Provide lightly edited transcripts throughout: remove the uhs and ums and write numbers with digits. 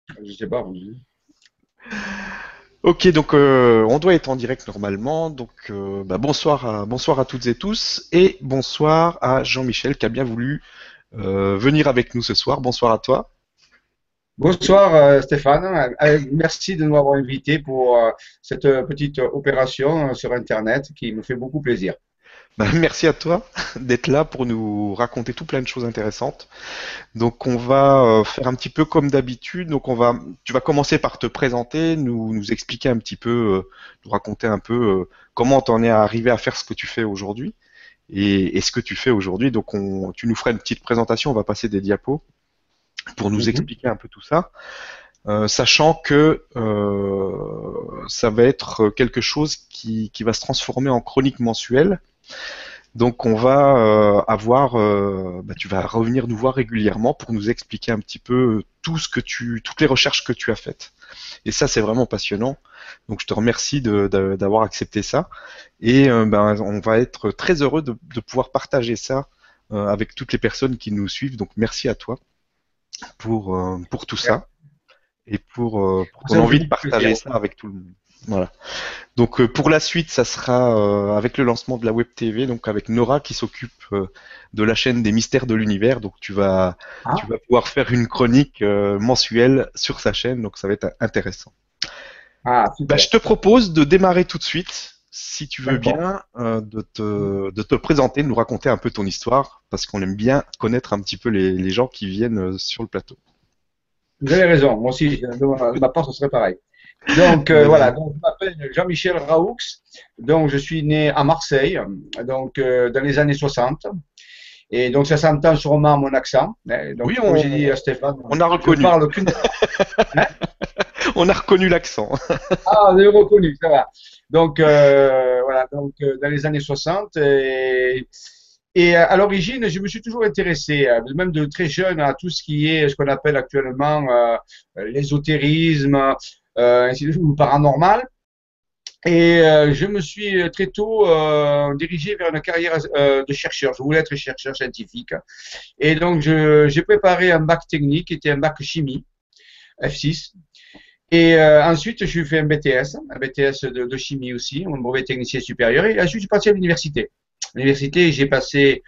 Je sais pas. Ok, donc on doit être en direct normalement. Donc bonsoir à toutes et tous et bonsoir à Jean-Michel qui a bien voulu venir avec nous ce soir. Bonsoir à toi. Bonsoir Stéphane. Merci de nous avoir invités pour cette petite opération sur Internet qui me fait beaucoup plaisir. Bah, merci à toi d'être là pour nous raconter tout plein de choses intéressantes. Donc on va faire un petit peu comme d'habitude. Donc tu vas commencer par te présenter, nous expliquer un petit peu, nous raconter un peu comment t'en es arrivé à faire ce que tu fais aujourd'hui et ce que tu fais aujourd'hui. Donc tu nous feras une petite présentation. On va passer des diapos pour nous Mhm. expliquer un peu tout ça, sachant que ça va être quelque chose qui va se transformer en chronique mensuelle. Donc on va tu vas revenir nous voir régulièrement pour nous expliquer un petit peu toutes les recherches que tu as faites. Et ça c'est vraiment passionnant. Donc je te remercie d'avoir accepté ça. Et on va être très heureux de pouvoir partager ça avec toutes les personnes qui nous suivent. Donc merci à toi pour tout Super. ça et pour ton Ça me fait envie de beaucoup plaisir. partager ça avec tout le monde. Voilà. Donc pour la suite, ça sera avec le lancement de la Web TV, donc avec Nora qui s'occupe de la chaîne des mystères de l'univers. Donc tu Ah, vas pouvoir faire une chronique mensuelle sur sa chaîne, donc ça va être intéressant. ah, Bah, super. je te propose de démarrer tout de suite, si tu veux D'accord. bien, de te présenter, de nous raconter un peu ton histoire, parce qu'on aime bien connaître un petit peu les gens qui viennent sur le plateau. Vous avez raison. Moi aussi, de ma part, ce serait pareil. Donc voilà, Vas-y. donc, je m'appelle Jean-Michel Raoux, donc je suis né à Marseille, donc dans les années 60. Et donc ça s'entend sûrement à mon accent. Donc Oui, comme j'ai dit à Stéphane, on a je reconnu. parle qu'une. Hein. On a reconnu l'accent. Ah, vous avez reconnu, ça va. Donc voilà, donc dans les années 60. Et à l'origine, je me suis toujours intéressé, même de très jeune, à tout ce qui est ce qu'on appelle actuellement l'ésotérisme, ainsi de suite, ou le paranormal. Et je me suis très tôt dirigé vers une carrière de chercheur. Je voulais être chercheur scientifique. Et donc, j'ai préparé un bac technique, qui était un bac chimie, F6. Et ensuite, je fait un BTS de chimie aussi, un brevet technicien supérieur. Et ensuite, je suis parti à l'université. À l'université, j'ai passé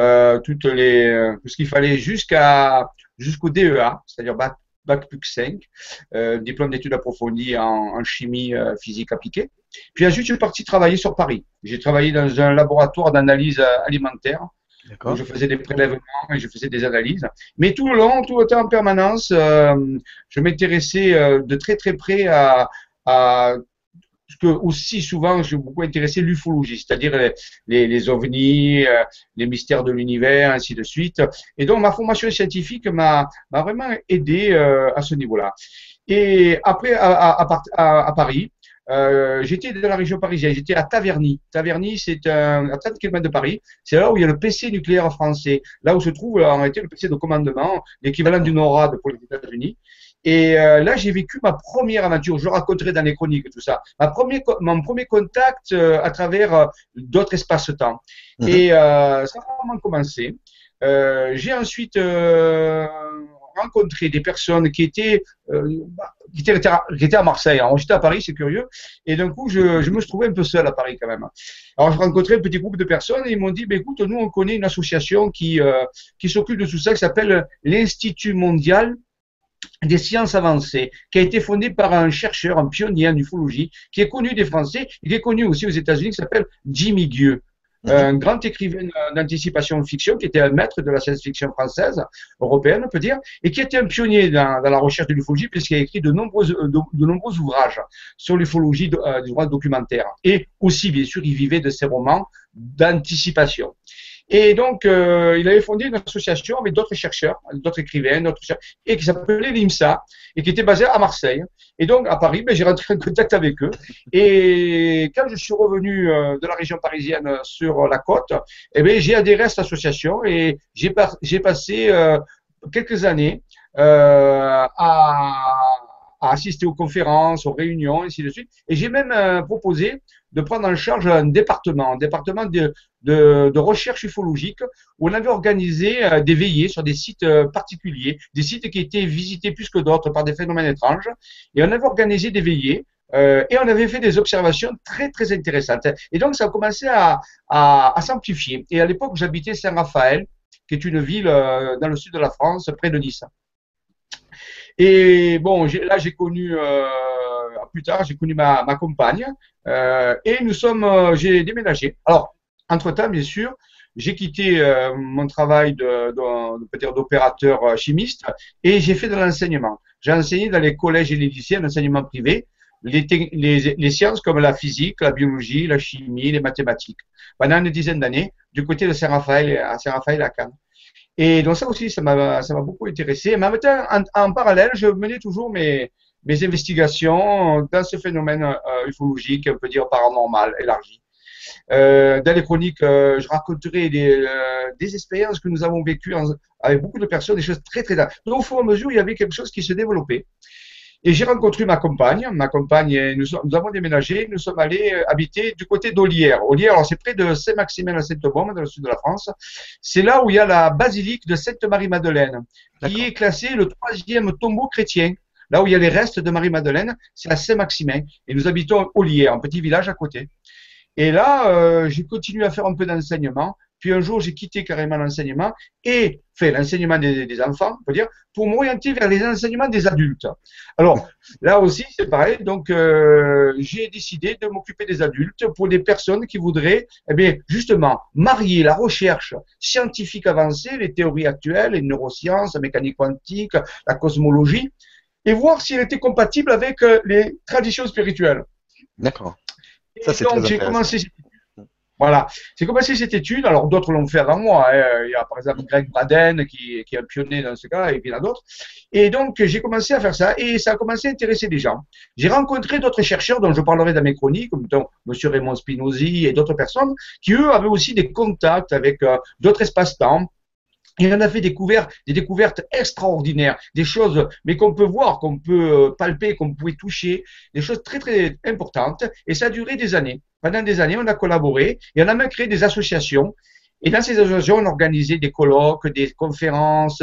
tout ce qu'il fallait jusqu'au DEA, c'est-à-dire bac plus 5, diplôme d'études approfondies en chimie physique appliquée. Puis ensuite, je suis parti travailler sur Paris. J'ai travaillé dans un laboratoire d'analyse alimentaire où D'accord. je faisais des prélèvements et je faisais des analyses. Mais tout le long, tout le temps en permanence, je m'intéressais de très très près à ce que aussi souvent j'ai beaucoup intéressé l'ufologie, c'est-à-dire les ovnis, les mystères de l'univers, ainsi de suite. Et donc ma formation scientifique m'a vraiment aidé à ce niveau-là. Et après, à Paris, j'étais dans la région parisienne, j'étais à Taverny. Taverny, c'est à 30 km de Paris. C'est là où il y a le PC nucléaire français, là où se trouve en réalité le PC de commandement, l'équivalent du D'accord. NORAD pour les États-Unis. Et là, j'ai vécu ma première aventure. Je raconterai dans les chroniques tout ça. Mon premier contact à travers d'autres espaces-temps. Mhm. Et ça a vraiment commencé. J'ai ensuite rencontré des personnes qui étaient à Marseille. Alors, j'étais à Paris, c'est curieux. Et d'un coup, je me trouvais un peu seul à Paris quand même. Alors, je rencontrais un petit groupe de personnes et ils m'ont dit, bah, écoute, nous, on connaît une association qui s'occupe de tout ça, qui s'appelle l'Institut mondial des sciences avancées, qui a été fondée par un chercheur, un pionnier en ufologie, qui est connu des Français, et qui est connu aussi aux États-Unis, qui s'appelle Jimmy Gueux, Mhm. un grand écrivain d'anticipation fiction, qui était un maître de la science-fiction française, européenne, on peut dire, et qui était un pionnier dans la recherche de l'ufologie, puisqu'il a écrit de nombreux ouvrages sur l'ufologie du droit documentaire. Et aussi, bien sûr, il vivait de ses romans d'anticipation. Et donc, il avait fondé une association avec d'autres chercheurs, d'autres écrivains, d'autres chercheurs, et qui s'appelait l'IMSA, et qui était basée à Marseille. Et donc, à Paris, ben, j'ai rentré en contact avec eux. Et quand je suis revenu de la région parisienne sur la côte, eh ben, j'ai adhéré à cette association et j'ai passé quelques années à à assister aux conférences, aux réunions, ainsi de suite. Et j'ai même proposé de prendre en charge un département de recherche ufologique, où on avait organisé des veillées sur des sites particuliers, des sites qui étaient visités plus que d'autres par des phénomènes étranges. Et on avait organisé des veillées. Et on avait fait des observations très très intéressantes. Et donc ça a commencé à s'amplifier. Et à l'époque, j'habitais Saint-Raphaël, qui est une ville dans le sud de la France, près de Nice. Et bon, là, j'ai connu, plus tard, j'ai connu ma compagne, et j'ai déménagé. Alors, entre-temps, bien sûr, j'ai quitté mon travail peut-être d'opérateur chimiste et j'ai fait de l'enseignement. J'ai enseigné dans les collèges et les lycées en enseignement privé, les sciences comme la physique, la biologie, la chimie, les mathématiques, pendant une dizaine d'années, du côté de Saint-Raphaël, à Saint-Raphaël à Cannes. Et donc ça aussi, ça m'a beaucoup intéressé. Mais en même temps, en parallèle, je menais toujours mes investigations dans ce phénomène ufologique, on peut dire paranormal, élargi. Dans les chroniques, je raconterai des expériences que nous avons vécues avec beaucoup de personnes, des choses très très. Donc au fur et à mesure, il y avait quelque chose qui se développait. Et j'ai rencontré ma compagne, et nous avons déménagé, nous sommes allés habiter du côté d'Olière. Olière, alors c'est près de Saint-Maximin-la-Sainte-Baume, dans le sud de la France. C'est là où il y a la basilique de Sainte-Marie-Madeleine, qui est classée le troisième tombeau chrétien. Là où il y a les restes de Marie-Madeleine, c'est à Saint-Maximin. Et nous habitons Olière, un petit village à côté. Et là, j'ai continué à faire un peu d'enseignement. Puis un jour, j'ai quitté carrément l'enseignement et fait l'enseignement des enfants, on peut dire, pour m'orienter vers les enseignements des adultes. Alors, là aussi, c'est pareil. Donc, j'ai décidé de m'occuper des adultes pour des personnes qui voudraient, eh bien, justement, marier la recherche scientifique avancée, les théories actuelles, les neurosciences, la mécanique quantique, la cosmologie, et voir s'il était compatible avec les traditions spirituelles. D'accord. Ça, Et c'est donc, très intéressant. voilà, j'ai commencé cette étude. Alors, d'autres l'ont fait avant moi, hein. Il y a par exemple Greg Braden qui est un pionnier dans ce cas, et puis il y en a d'autres. Et donc, j'ai commencé à faire ça, et ça a commencé à intéresser des gens. J'ai rencontré d'autres chercheurs dont je parlerai dans mes chroniques, comme M. Raymond Spinozzi et d'autres personnes, qui eux avaient aussi des contacts avec d'autres espaces-temps. Et on a fait des découvertes extraordinaires, des choses, mais qu'on peut voir, qu'on peut palper, qu'on pouvait toucher, des choses très très importantes. Et ça a duré des années. Pendant des années, on a collaboré et on a même créé des associations. Et dans ces associations, on organisait des colloques, des conférences,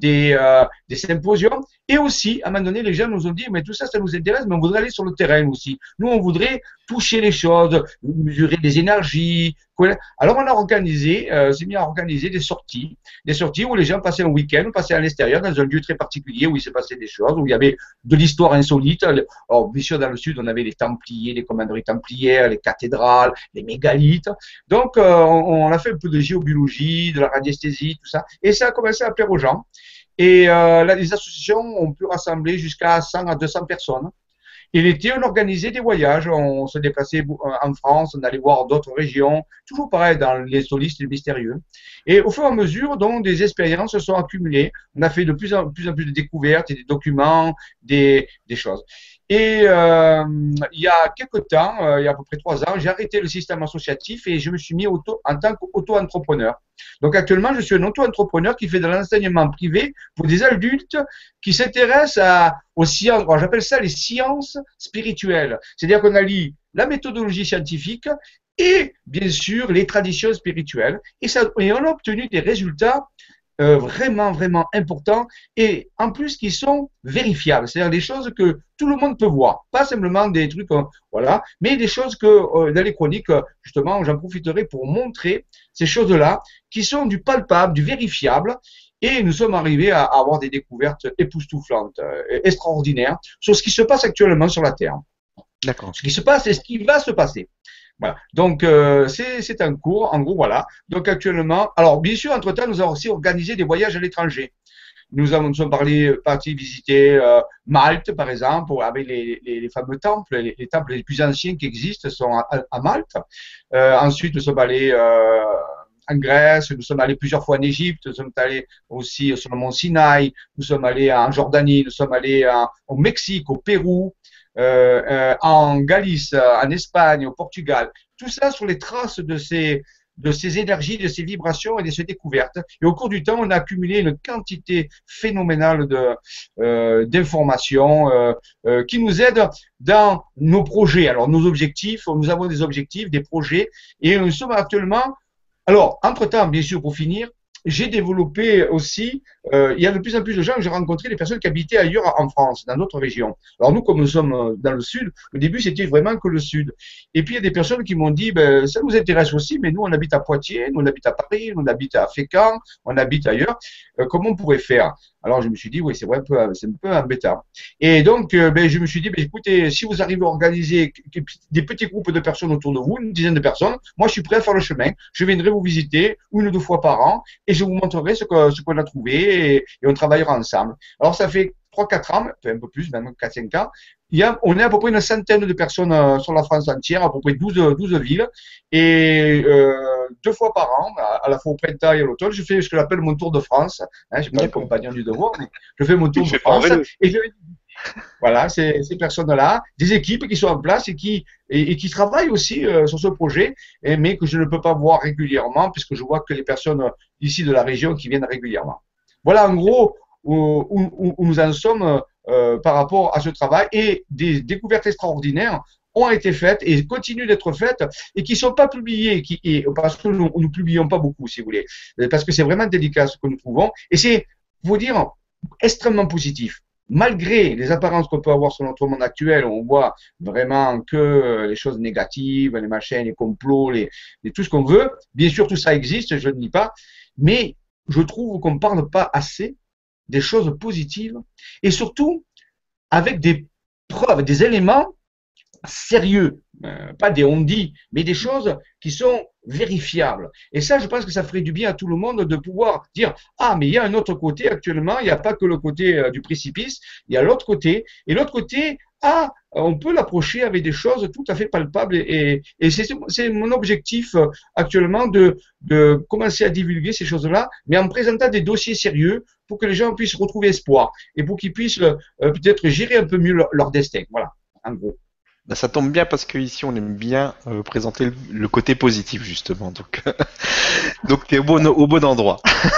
des symposiums. Et aussi, à un moment donné, les gens nous ont dit, mais tout ça, ça nous intéresse, mais on voudrait aller sur le terrain aussi. Nous, on voudrait toucher les choses, mesurer les énergies. Alors, on a organisé, s'est mis à organiser des sorties où les gens passaient un week-end, passaient à l'extérieur, dans un lieu très particulier où il s'est passé des choses, où il y avait de l'histoire insolite. Alors, bien sûr, dans le sud, on avait les Templiers, les commanderies templières, les cathédrales, les mégalithes. Donc, on a fait un peu de géobiologie, de la radiesthésie, tout ça. Et ça a commencé à plaire aux gens. Et là, les associations ont pu rassembler jusqu'à 100 à 200 personnes. Et l'été, on organisait des voyages. On se déplaçait en France, on allait voir d'autres régions, toujours pareil dans les solistes et le mystérieux. Et au fur et à mesure, donc, des expériences se sont accumulées. On a fait de plus en plus de découvertes et des documents, des choses. Et il y a quelques temps, il y a à peu près 3 ans, j'ai arrêté le système associatif et je me suis mis en tant qu'auto-entrepreneur. Donc actuellement, je suis un auto-entrepreneur qui fait de l'enseignement privé pour des adultes qui s'intéressent aux sciences. Alors, j'appelle ça les sciences spirituelles. C'est-à-dire qu'on allie la méthodologie scientifique et bien sûr les traditions spirituelles. Et on a obtenu des résultats vraiment, vraiment importants et en plus qui sont vérifiables. C'est-à-dire des choses que tout le monde peut voir. Pas simplement des trucs, voilà, mais des choses que dans les chroniques, justement, j'en profiterai pour montrer ces choses-là qui sont du palpable, du vérifiable. Et nous sommes arrivés à avoir des découvertes époustouflantes, extraordinaires sur ce qui se passe actuellement sur la Terre. D'accord. Ce qui se passe et ce qui va se passer. Voilà. Donc, c'est un cours, en gros, voilà. Donc, actuellement, alors, bien sûr, entre-temps, nous avons aussi organisé des voyages à l'étranger. Nous sommes partis visiter Malte, par exemple, avec les fameux temples. Les temples les plus anciens qui existent sont à Malte. Ensuite, nous sommes allés en Grèce, nous sommes allés plusieurs fois en Égypte, nous sommes allés aussi sur le mont Sinaï, nous sommes allés en Jordanie, nous sommes allés au Mexique, au Pérou, en Galice, en Espagne, au Portugal. Tout ça sur les traces de de ces énergies, de ces vibrations et de ces découvertes. Et au cours du temps, on a accumulé une quantité phénoménale d'informations qui nous aident dans nos projets. Alors, nos objectifs, nous avons des objectifs, des projets, et nous sommes actuellement. Alors, entre-temps, bien sûr, pour finir, j'ai développé aussi, il y a de plus en plus de gens que j'ai rencontrés, des personnes qui habitaient ailleurs en France, dans d'autres régions. Alors nous, comme nous sommes dans le sud, au début c'était vraiment que le sud. Et puis il y a des personnes qui m'ont dit, ben, ça nous intéresse aussi, mais nous on habite à Poitiers, nous on habite à Paris, nous on habite à Fécamp, on habite ailleurs, comment on pourrait faire? Alors je me suis dit, oui, c'est vrai, c'est un peu embêtant. Et donc, ben, je me suis dit, ben, écoutez, si vous arrivez à organiser des petits groupes de personnes autour de vous, une dizaine de personnes, moi je suis prêt à faire le chemin. Je viendrai vous visiter une ou deux fois par an et je vous montrerai ce qu'on a trouvé et on travaillera ensemble. Alors ça fait 3-4 ans, un peu plus, même 4-5 ans, on est à peu près une centaine de personnes sur la France entière, à peu près 12 villes, et deux fois par an, à la fois au printemps et à l'automne, je fais ce que j'appelle mon tour de France. Hein, je ne suis pas le compagnon du devoir, mais je fais mon tour de France et je voilà, ces personnes-là, des équipes qui sont en place et qui travaillent aussi sur ce projet, mais que je ne peux pas voir régulièrement puisque je vois que les personnes ici de la région qui viennent régulièrement. Voilà en gros où nous en sommes par rapport à ce travail et des découvertes extraordinaires ont été faites et continuent d'être faites et qui ne sont pas publiées parce que nous ne publions pas beaucoup, si vous voulez, parce que c'est vraiment délicat ce que nous trouvons et c'est, vous dire, extrêmement positif. Malgré les apparences qu'on peut avoir sur notre monde actuel, on voit vraiment que les choses négatives, les machins, les complots, tout ce qu'on veut. Bien sûr, tout ça existe, je ne nie pas, mais je trouve qu'on ne parle pas assez des choses positives et surtout avec des preuves, des éléments sérieux, pas des on-dit, mais des choses qui sont vérifiables. Et ça, je pense que ça ferait du bien à tout le monde de pouvoir dire, ah, mais il y a un autre côté actuellement, il n'y a pas que le côté du précipice, il y a l'autre côté, et l'autre côté, ah, on peut l'approcher avec des choses tout à fait palpables, et c'est mon objectif actuellement de commencer à divulguer ces choses-là, mais en présentant des dossiers sérieux pour que les gens puissent retrouver espoir, et pour qu'ils puissent peut-être gérer un peu mieux leur destin. Voilà, en gros. Ben, ça tombe bien parce qu'ici on aime bien présenter le côté positif justement. Donc, donc tu es au bon endroit.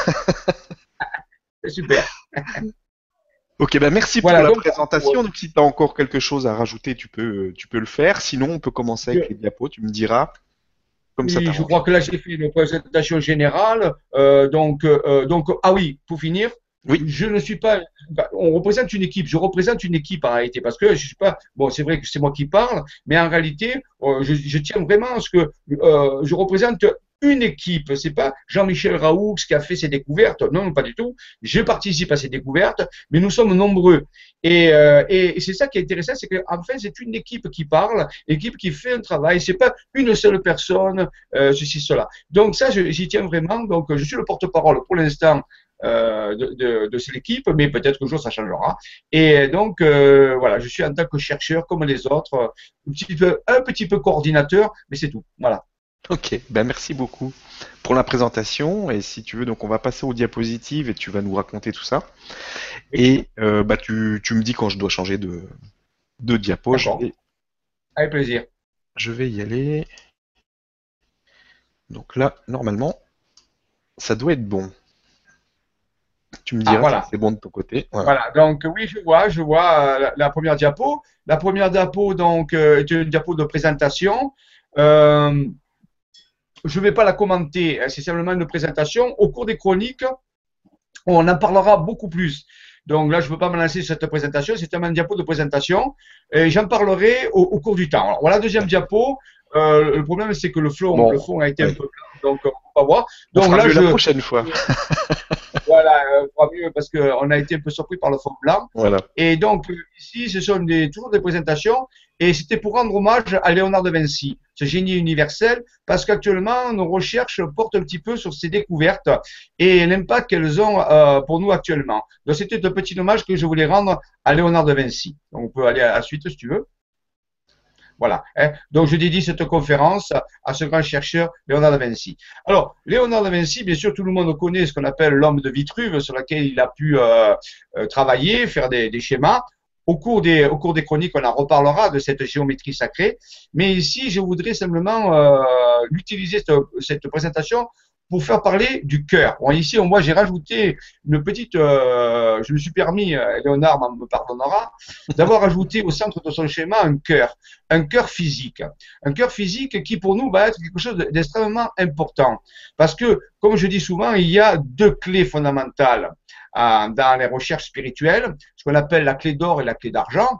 C'est super. Ok, ben merci Voilà, pour la donc, présentation. Donc si tu as encore quelque chose à rajouter, tu peux le faire. Sinon, on peut commencer avec les diapos. Tu me diras comme ça oui, je t'arrange. crois que là, j'ai fait une présentation générale. Ah oui, pour finir, Oui, je ne suis pas. On représente une équipe. Je représente une équipe en réalité parce que je suis pas. Bon, c'est vrai que c'est moi qui parle, mais en réalité, je tiens vraiment à ce que je représente une équipe. C'est pas Jean-Michel Raoult qui a fait ses découvertes. Non, non, pas du tout. Je participe à ces découvertes, mais nous sommes nombreux. Et c'est ça qui est intéressant, c'est qu'en fait, c'est une équipe qui parle, équipe qui fait un travail. C'est pas une seule personne, ceci, cela. Donc ça, j'y tiens vraiment. Donc, je suis le porte-parole pour l'instant de cette équipe, mais peut-être qu'un jour ça changera. Et donc, voilà, je suis en tant que chercheur comme les autres, un petit peu coordinateur, mais c'est tout. Voilà. ok. Ben merci beaucoup pour la présentation. Et si tu veux, donc on va passer aux diapositives et tu vas nous raconter tout ça. Et bah tu me dis quand je dois changer de diapo. D'accord. Avec plaisir. Je vais y aller. Donc là, normalement, ça doit être bon. Tu me Ah, diras si voilà. c'est bon de ton côté. Voilà. Voilà. Donc, oui, je vois la première diapo. La première diapo, donc, est une diapo de présentation. Euh, je ne vais pas la commenter, c'est simplement une présentation. Au cours des chroniques, on en parlera beaucoup plus. Donc là, je ne veux pas me lancer sur cette présentation, c'est un diapo de présentation. Et j'en parlerai au cours du temps. Alors, voilà, deuxième diapo. Le problème, c'est que le Bon, fond a été un ouais. peu blanc, donc on va voir. On Donc fera là, mieux la prochaine fois. voilà, on fera mieux parce qu'on a été un peu surpris par le fond blanc. Voilà. Et donc, ici, ce sont toujours des présentations. Et c'était pour rendre hommage à Léonard de Vinci, ce génie universel, parce qu'actuellement, nos recherches portent un petit peu sur ces découvertes et l'impact qu'elles ont pour nous actuellement. Donc, c'était un petit hommage que je voulais rendre à Léonard de Vinci. Donc, on peut aller à la suite si tu veux. Voilà. Hein. Donc, je dédie cette conférence à ce grand chercheur, Léonard de Vinci. Alors, Léonard de Vinci, bien sûr, tout le monde connaît ce qu'on appelle l'homme de Vitruve, sur lequel il a pu travailler, faire des schémas. au cours des chroniques, on en reparlera de cette géométrie sacrée. Mais ici, je voudrais simplement utiliser cette présentation pour faire parler du cœur. Bon, ici, moi, j'ai rajouté une petite. Je me suis permis, Léonard me pardonnera, d'avoir ajouté au centre de son schéma un cœur physique. Un cœur physique qui, pour nous, va être quelque chose d'extrêmement important. Parce que, comme je dis souvent, il y a deux clés fondamentales dans les recherches spirituelles, ce qu'on appelle la clé d'or et la clé d'argent.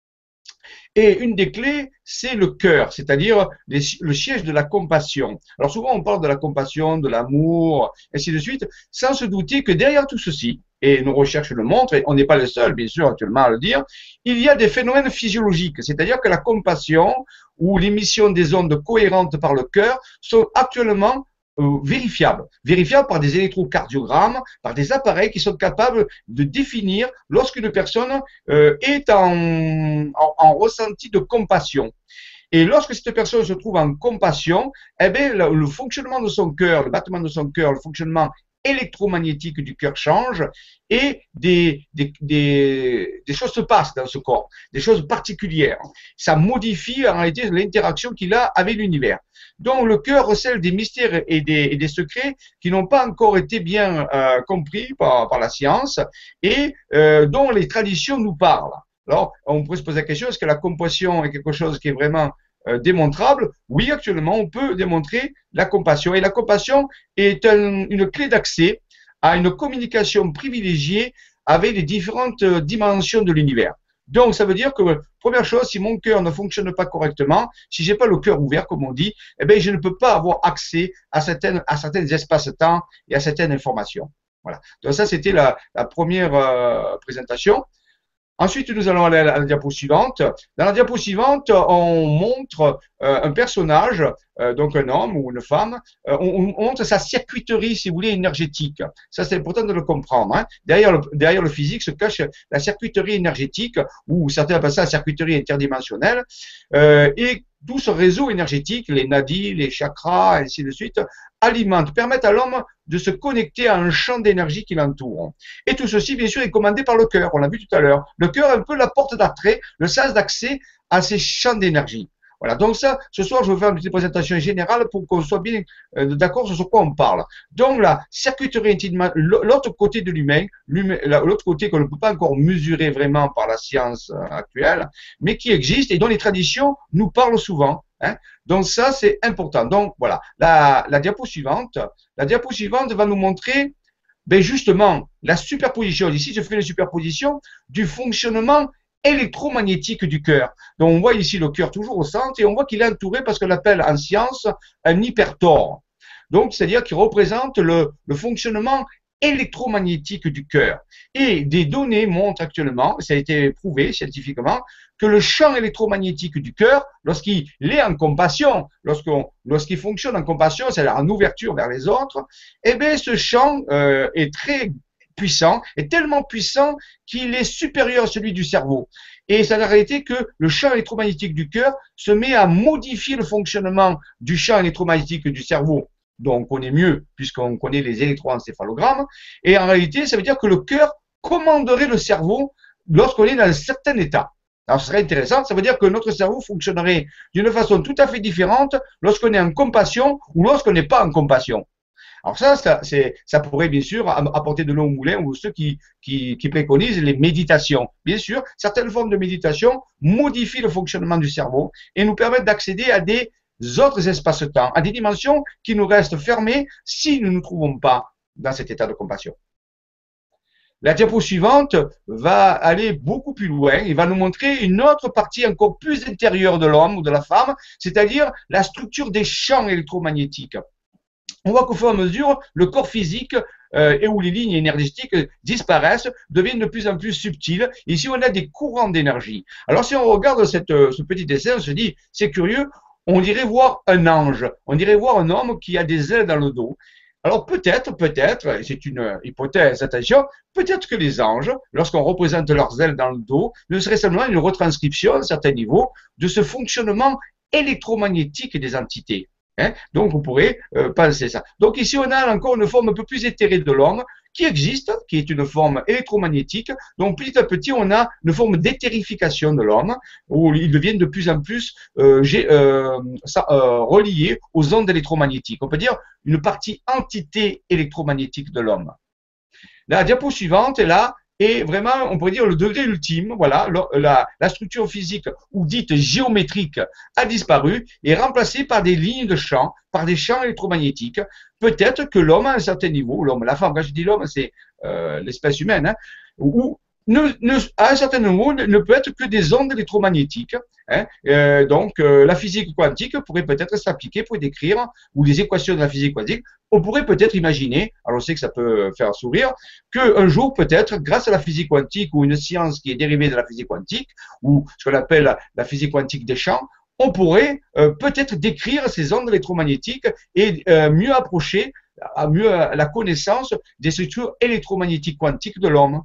Et une des clés, c'est le cœur, c'est-à-dire le siège de la compassion. Alors souvent, on parle de la compassion, de l'amour, ainsi de suite, sans se douter que derrière tout ceci, et nos recherches le montrent, et on n'est pas le seul, bien sûr, actuellement à le dire, il y a des phénomènes physiologiques, c'est-à-dire que la compassion ou l'émission des ondes cohérentes par le cœur sont actuellement vérifiables par des électrocardiogrammes, par des appareils qui sont capables de définir lorsqu'une personne est en ressenti de compassion. Et lorsque cette personne se trouve en compassion, eh bien, le fonctionnement de son cœur, le battement de son cœur, le fonctionnement électromagnétique du cœur change et des choses se passent dans ce corps, des choses particulières. Ça modifie en réalité l'interaction qu'il a avec l'univers. Donc le cœur recèle des mystères et des secrets qui n'ont pas encore été bien compris par la science et dont les traditions nous parlent. Alors on pourrait se poser la question, est-ce que la compassion est quelque chose qui est vraiment démontrable? Oui, actuellement, on peut démontrer la compassion. Et la compassion est une clé d'accès à une communication privilégiée avec les différentes dimensions de l'univers. Donc, ça veut dire que, première chose, si mon cœur ne fonctionne pas correctement, si j'ai pas le cœur ouvert, comme on dit, eh bien, je ne peux pas avoir accès à certains espaces-temps et à certaines informations. Voilà. Donc, ça, c'était la première présentation. Ensuite, nous allons aller à la diapo suivante. Dans la diapo suivante, on montre un personnage, donc un homme ou une femme. On montre sa circuiterie, si vous voulez, énergétique. Ça, c'est important de le comprendre. Hein. Derrière le physique se cache la circuiterie énergétique, ou certains appellent ça la circuiterie interdimensionnelle. Et tout ce réseau énergétique, les nadis, les chakras, ainsi de suite, permettent à l'homme de se connecter à un champ d'énergie qui l'entoure. Et tout ceci, bien sûr, est commandé par le cœur, on l'a vu tout à l'heure. Le cœur est un peu la porte d'entrée, le sens d'accès à ces champs d'énergie. Voilà, donc ça, ce soir, je vais faire une petite présentation générale pour qu'on soit bien d'accord sur quoi on parle. Donc la circuiterie intimement, l'autre côté de l'humain, l'autre côté qu'on ne peut pas encore mesurer vraiment par la science actuelle, mais qui existe et dont les traditions nous parlent souvent. Hein. Donc ça, c'est important. Donc voilà, la diapo suivante va nous montrer ben justement la superposition. Ici, je fais une superposition du fonctionnement électromagnétique du cœur. Donc on voit ici le cœur toujours au centre et on voit qu'il est entouré parce qu'on l'appelle en science un hypertore. Donc c'est-à-dire qu'il représente le fonctionnement électromagnétique du cœur. Et des données montrent actuellement, ça a été prouvé scientifiquement, que le champ électromagnétique du cœur, lorsqu'il est en compassion, lorsqu'il fonctionne en compassion, c'est-à-dire en ouverture vers les autres, eh bien ce champ est très puissant, est tellement puissant qu'il est supérieur à celui du cerveau. Et c'est la réalité que le champ électromagnétique du cœur se met à modifier le fonctionnement du champ électromagnétique du cerveau, dont on connaît mieux puisqu'on connaît les électroencéphalogrammes. Et en réalité, ça veut dire que le cœur commanderait le cerveau lorsqu'on est dans un certain état. Alors, ce serait intéressant, ça veut dire que notre cerveau fonctionnerait d'une façon tout à fait différente lorsqu'on est en compassion ou lorsqu'on n'est pas en compassion. Alors ça pourrait bien sûr apporter de l'eau au moulin ou ceux qui préconisent les méditations. Bien sûr, certaines formes de méditation modifient le fonctionnement du cerveau et nous permettent d'accéder à des autres espaces-temps, à des dimensions qui nous restent fermées si nous ne nous trouvons pas dans cet état de compassion. La diapo suivante va aller beaucoup plus loin et va nous montrer une autre partie encore plus intérieure de l'homme ou de la femme, c'est-à-dire la structure des champs électromagnétiques. On voit qu'au fur et à mesure, le corps physique et où les lignes énergétiques disparaissent, deviennent de plus en plus subtiles. Ici, on a des courants d'énergie. Alors, si on regarde ce petit dessin, on se dit, c'est curieux, on dirait voir un ange, on dirait voir un homme qui a des ailes dans le dos. Alors peut-être, c'est une hypothèse, attention, peut-être que les anges, lorsqu'on représente leurs ailes dans le dos, ne serait seulement une retranscription, à un certain niveau, de ce fonctionnement électromagnétique des entités. Hein. Donc, on pourrait penser ça. Donc, ici, on a encore une forme un peu plus éthérée de l'homme qui existe, qui est une forme électromagnétique. Donc petit à petit, on a une forme d'éthérification de l'homme, où il devient de plus en plus relié aux ondes électromagnétiques. On peut dire une partie entité électromagnétique de l'homme. La diapo suivante est là, et vraiment, on pourrait dire le degré ultime, voilà, la structure physique ou dite géométrique a disparu et est remplacée par des lignes de champ, par des champs électromagnétiques. Peut-être que l'homme à un certain niveau, l'homme, la femme, quand je dis l'homme, c'est l'espèce humaine, hein, ou à un certain niveau, ne peut être que des ondes électromagnétiques. Hein. Donc, la physique quantique pourrait peut-être s'appliquer pour décrire, ou les équations de la physique quantique, on pourrait peut-être imaginer, alors on sait que ça peut faire sourire, qu'un jour, peut-être, grâce à la physique quantique ou une science qui est dérivée de la physique quantique, ou ce qu'on appelle la physique quantique des champs, on pourrait peut-être décrire ces ondes électromagnétiques et mieux approcher mieux la connaissance des structures électromagnétiques quantiques de l'homme.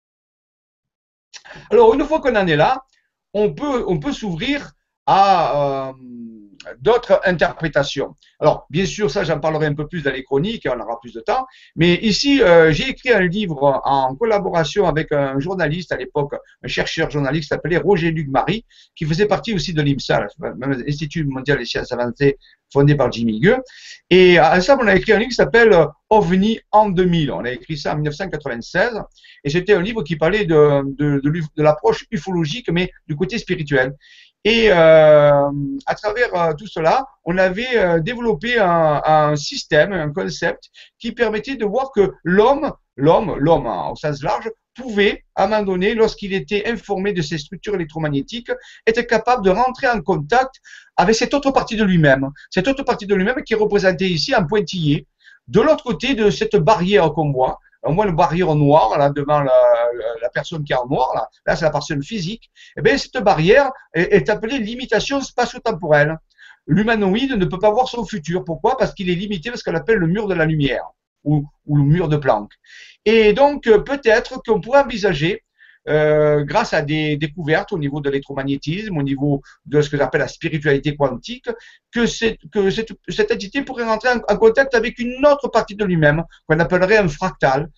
Alors, une fois qu'on en est là, on peut s'ouvrir à d'autres interprétations. Alors, bien sûr, ça, j'en parlerai un peu plus dans les chroniques, on aura plus de temps. Mais ici, j'ai écrit un livre en collaboration avec un journaliste à l'époque, un chercheur journaliste qui s'appelait Roger-Luc Marie, qui faisait partie aussi de l'IMSA, l'Institut mondial des sciences avancées, fondé par Jimmy Gueux. Et à ça, on a écrit un livre qui s'appelle OVNI en 2000. On a écrit ça en 1996. Et c'était un livre qui parlait de l'approche ufologique, mais du côté spirituel. Et à travers tout cela, on avait développé un système, un concept qui permettait de voir que l'homme au sens large, pouvait, à un moment donné, lorsqu'il était informé de ces structures électromagnétiques, être capable de rentrer en contact avec cette autre partie de lui-même. Cette autre partie de lui-même qui est représentée ici en pointillé. De l'autre côté de cette barrière qu'on voit, on voit une barrière noire là devant la personne qui est en noir, là c'est la personne physique. Et bien cette barrière est appelée limitation spatio-temporelle. L'humanoïde ne peut pas voir son futur. Pourquoi? Parce qu'il est limité par ce qu'on appelle le mur de la lumière ou le mur de Planck. Et donc peut-être qu'on pourrait envisager, grâce à des découvertes au niveau de l'électromagnétisme, au niveau de ce que j'appelle la spiritualité quantique, que cette entité pourrait rentrer en contact avec une autre partie de lui-même, qu'on appellerait un fractal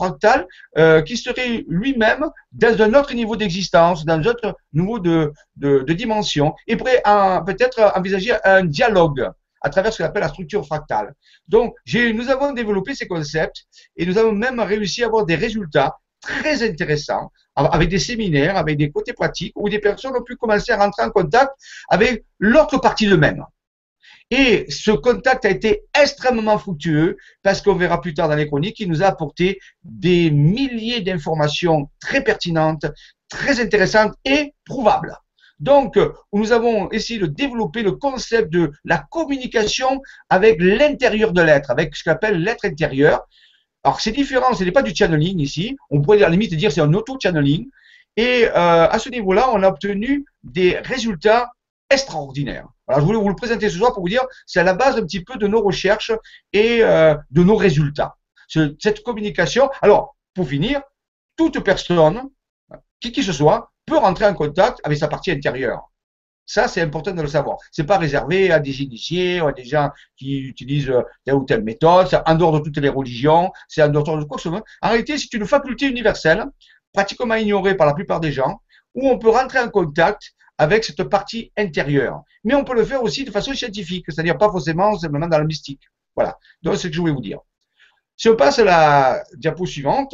qui serait lui-même dans un autre niveau d'existence, dans un autre niveau de dimension, et pourrait peut-être envisager un dialogue à travers ce qu'on appelle la structure fractale. Donc, nous avons développé ces concepts et nous avons même réussi à avoir des résultats très intéressants, avec des séminaires, avec des côtés pratiques, où des personnes ont pu commencer à rentrer en contact avec l'autre partie d'eux-mêmes. Et ce contact a été extrêmement fructueux, parce qu'on verra plus tard dans les chroniques, il nous a apporté des milliers d'informations très pertinentes, très intéressantes et prouvables. Donc, nous avons essayé de développer le concept de la communication avec l'intérieur de l'être, avec ce qu'on appelle l'être intérieur. Alors, c'est différent, ce n'est pas du channeling ici. On pourrait à la limite dire c'est un auto-channeling. Et à ce niveau-là, on a obtenu des résultats extraordinaires. Alors, je voulais vous le présenter ce soir pour vous dire, c'est à la base un petit peu de nos recherches et de nos résultats. Cette communication, alors, pour finir, toute personne, qui que ce soit, peut rentrer en contact avec sa partie intérieure. Ça, c'est important de le savoir. C'est pas réservé à des initiés, à des gens qui utilisent telle ou telle méthode. C'est en dehors de toutes les religions. C'est en dehors de quoi que ce soit. En réalité, c'est une faculté universelle, pratiquement ignorée par la plupart des gens, où on peut rentrer en contact avec cette partie intérieure. Mais on peut le faire aussi de façon scientifique, c'est-à-dire pas forcément simplement dans le mystique. Voilà. Donc, c'est ce que je voulais vous dire. Si on passe à la diapo suivante,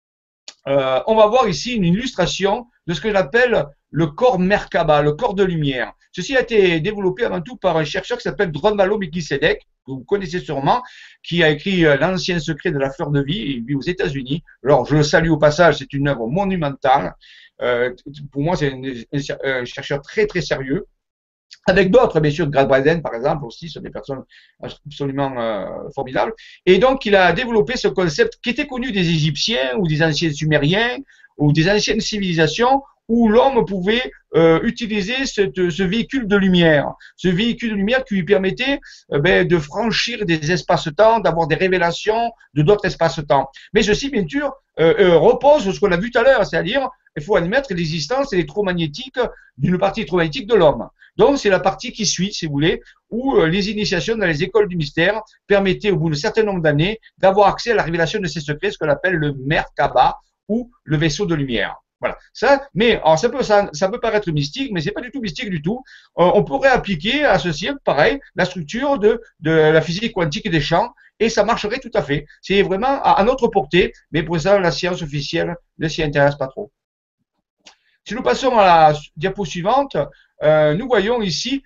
on va voir ici une illustration de ce que j'appelle le corps Merkaba, le corps de lumière. Ceci a été développé avant tout par un chercheur qui s'appelle Drunvalo Melchizedek, que vous connaissez sûrement, qui a écrit L'ancien secret de la fleur de vie, il vit aux États-Unis. Alors, je le salue au passage, c'est une œuvre monumentale. Pour moi, c'est un chercheur très, très sérieux. Avec d'autres, bien sûr, Graduaiden, par exemple, aussi, sont des personnes absolument formidables. Et donc, il a développé ce concept qui était connu des Égyptiens ou des anciens Sumériens ou des anciennes civilisations où l'homme pouvait utiliser ce véhicule de lumière. Ce véhicule de lumière qui lui permettait de franchir des espaces-temps, d'avoir des révélations de d'autres espaces-temps. Mais ceci, bien sûr, repose sur ce qu'on a vu tout à l'heure, c'est-à-dire il faut admettre l'existence électromagnétique d'une partie électromagnétique de l'homme. Donc, c'est la partie qui suit, si vous voulez, où les initiations dans les écoles du mystère permettaient, au bout d'un certain nombre d'années, d'avoir accès à la révélation de ces secrets, ce qu'on appelle le Merkaba ou le vaisseau de lumière. Voilà. Ça, mais alors ça peut paraître mystique, mais c'est pas du tout mystique du tout. On pourrait appliquer à ceci, pareil, la structure de la physique quantique des champs, et ça marcherait tout à fait. C'est vraiment à notre portée, mais pour ça, la science officielle ne s'y intéresse pas trop. Si nous passons à la diapo suivante, nous voyons ici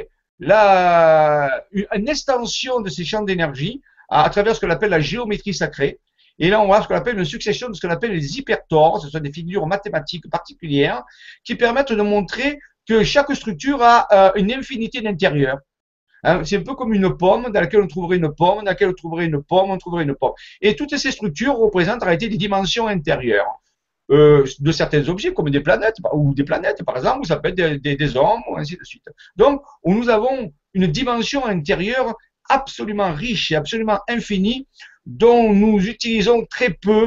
une extension de ces champs d'énergie à travers ce qu'on appelle la géométrie sacrée. Et là, on voit ce qu'on appelle une succession de ce qu'on appelle les hypertors. Ce sont des figures mathématiques particulières qui permettent de montrer que chaque structure a une infinité d'intérieurs. Hein, c'est un peu comme une pomme dans laquelle on trouverait une pomme, dans laquelle on trouverait une pomme, on trouverait une pomme. Et toutes ces structures représentent en réalité des dimensions intérieures de certains objets, comme des planètes, ou des planètes, par exemple, ou ça peut être des hommes, ou ainsi de suite. Donc, nous avons une dimension intérieure absolument riche et absolument infinie, dont nous utilisons très peu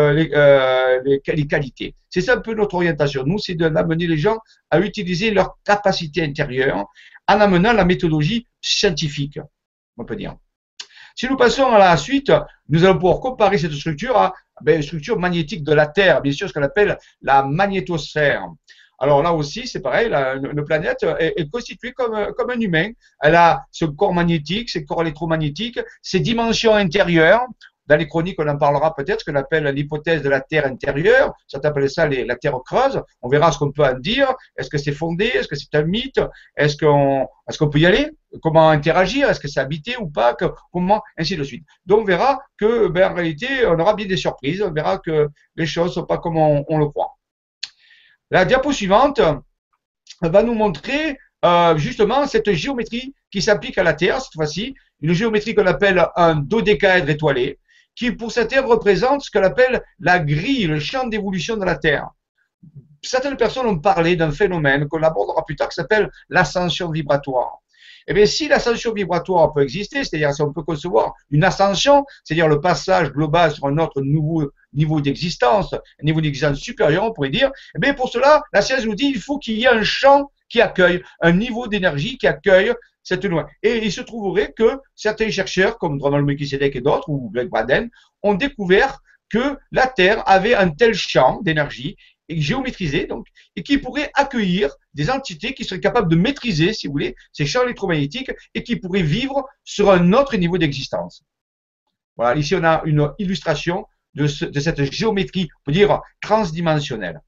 les qualités. C'est ça un peu notre orientation. Nous, c'est d'amener les gens à utiliser leur capacité intérieure en amenant la méthodologie scientifique, on peut dire. Si nous passons à la suite, nous allons pouvoir comparer cette structure à une structure magnétique de la Terre, bien sûr, ce qu'on appelle la magnétosphère. Alors là aussi, c'est pareil, une planète est constituée comme un humain. Elle a ce corps magnétique, ses corps électromagnétiques, ses dimensions intérieures. Dans les chroniques, on en parlera peut-être, ce qu'on appelle l'hypothèse de la Terre intérieure. Certains appellent ça la Terre creuse. On verra ce qu'on peut en dire. Est-ce que c'est fondé? Est-ce que c'est un mythe? Est-ce qu'on peut y aller? Comment interagir? Est-ce que c'est habité ou pas? Comment? Ainsi de suite. Donc, on verra que, en réalité, on aura bien des surprises. On verra que les choses ne sont pas comme on le croit. La diapo suivante va nous montrer justement cette géométrie qui s'applique à la Terre, cette fois-ci, une géométrie qu'on appelle un dodécaèdre étoilé, qui pour cette Terre représente ce qu'on appelle la grille, le champ d'évolution de la Terre. Certaines personnes ont parlé d'un phénomène qu'on abordera plus tard qui s'appelle l'ascension vibratoire. Eh bien, si l'ascension vibratoire peut exister, c'est-à-dire si on peut concevoir une ascension, c'est-à-dire le passage global sur un autre nouveau niveau d'existence, un niveau d'existence supérieur, on pourrait dire, eh bien, pour cela, la science nous dit qu'il faut qu'il y ait un champ qui accueille, un niveau d'énergie qui accueille cette loi. Et il se trouverait que certains chercheurs, comme Drummer Melchizedek et d'autres, ou Greg Braden, ont découvert que la Terre avait un tel champ d'énergie géométrisé, donc, et qui pourrait accueillir des entités qui seraient capables de maîtriser, si vous voulez, ces champs électromagnétiques et qui pourraient vivre sur un autre niveau d'existence. Voilà, ici on a une illustration de cette géométrie, on peut dire, transdimensionnelle.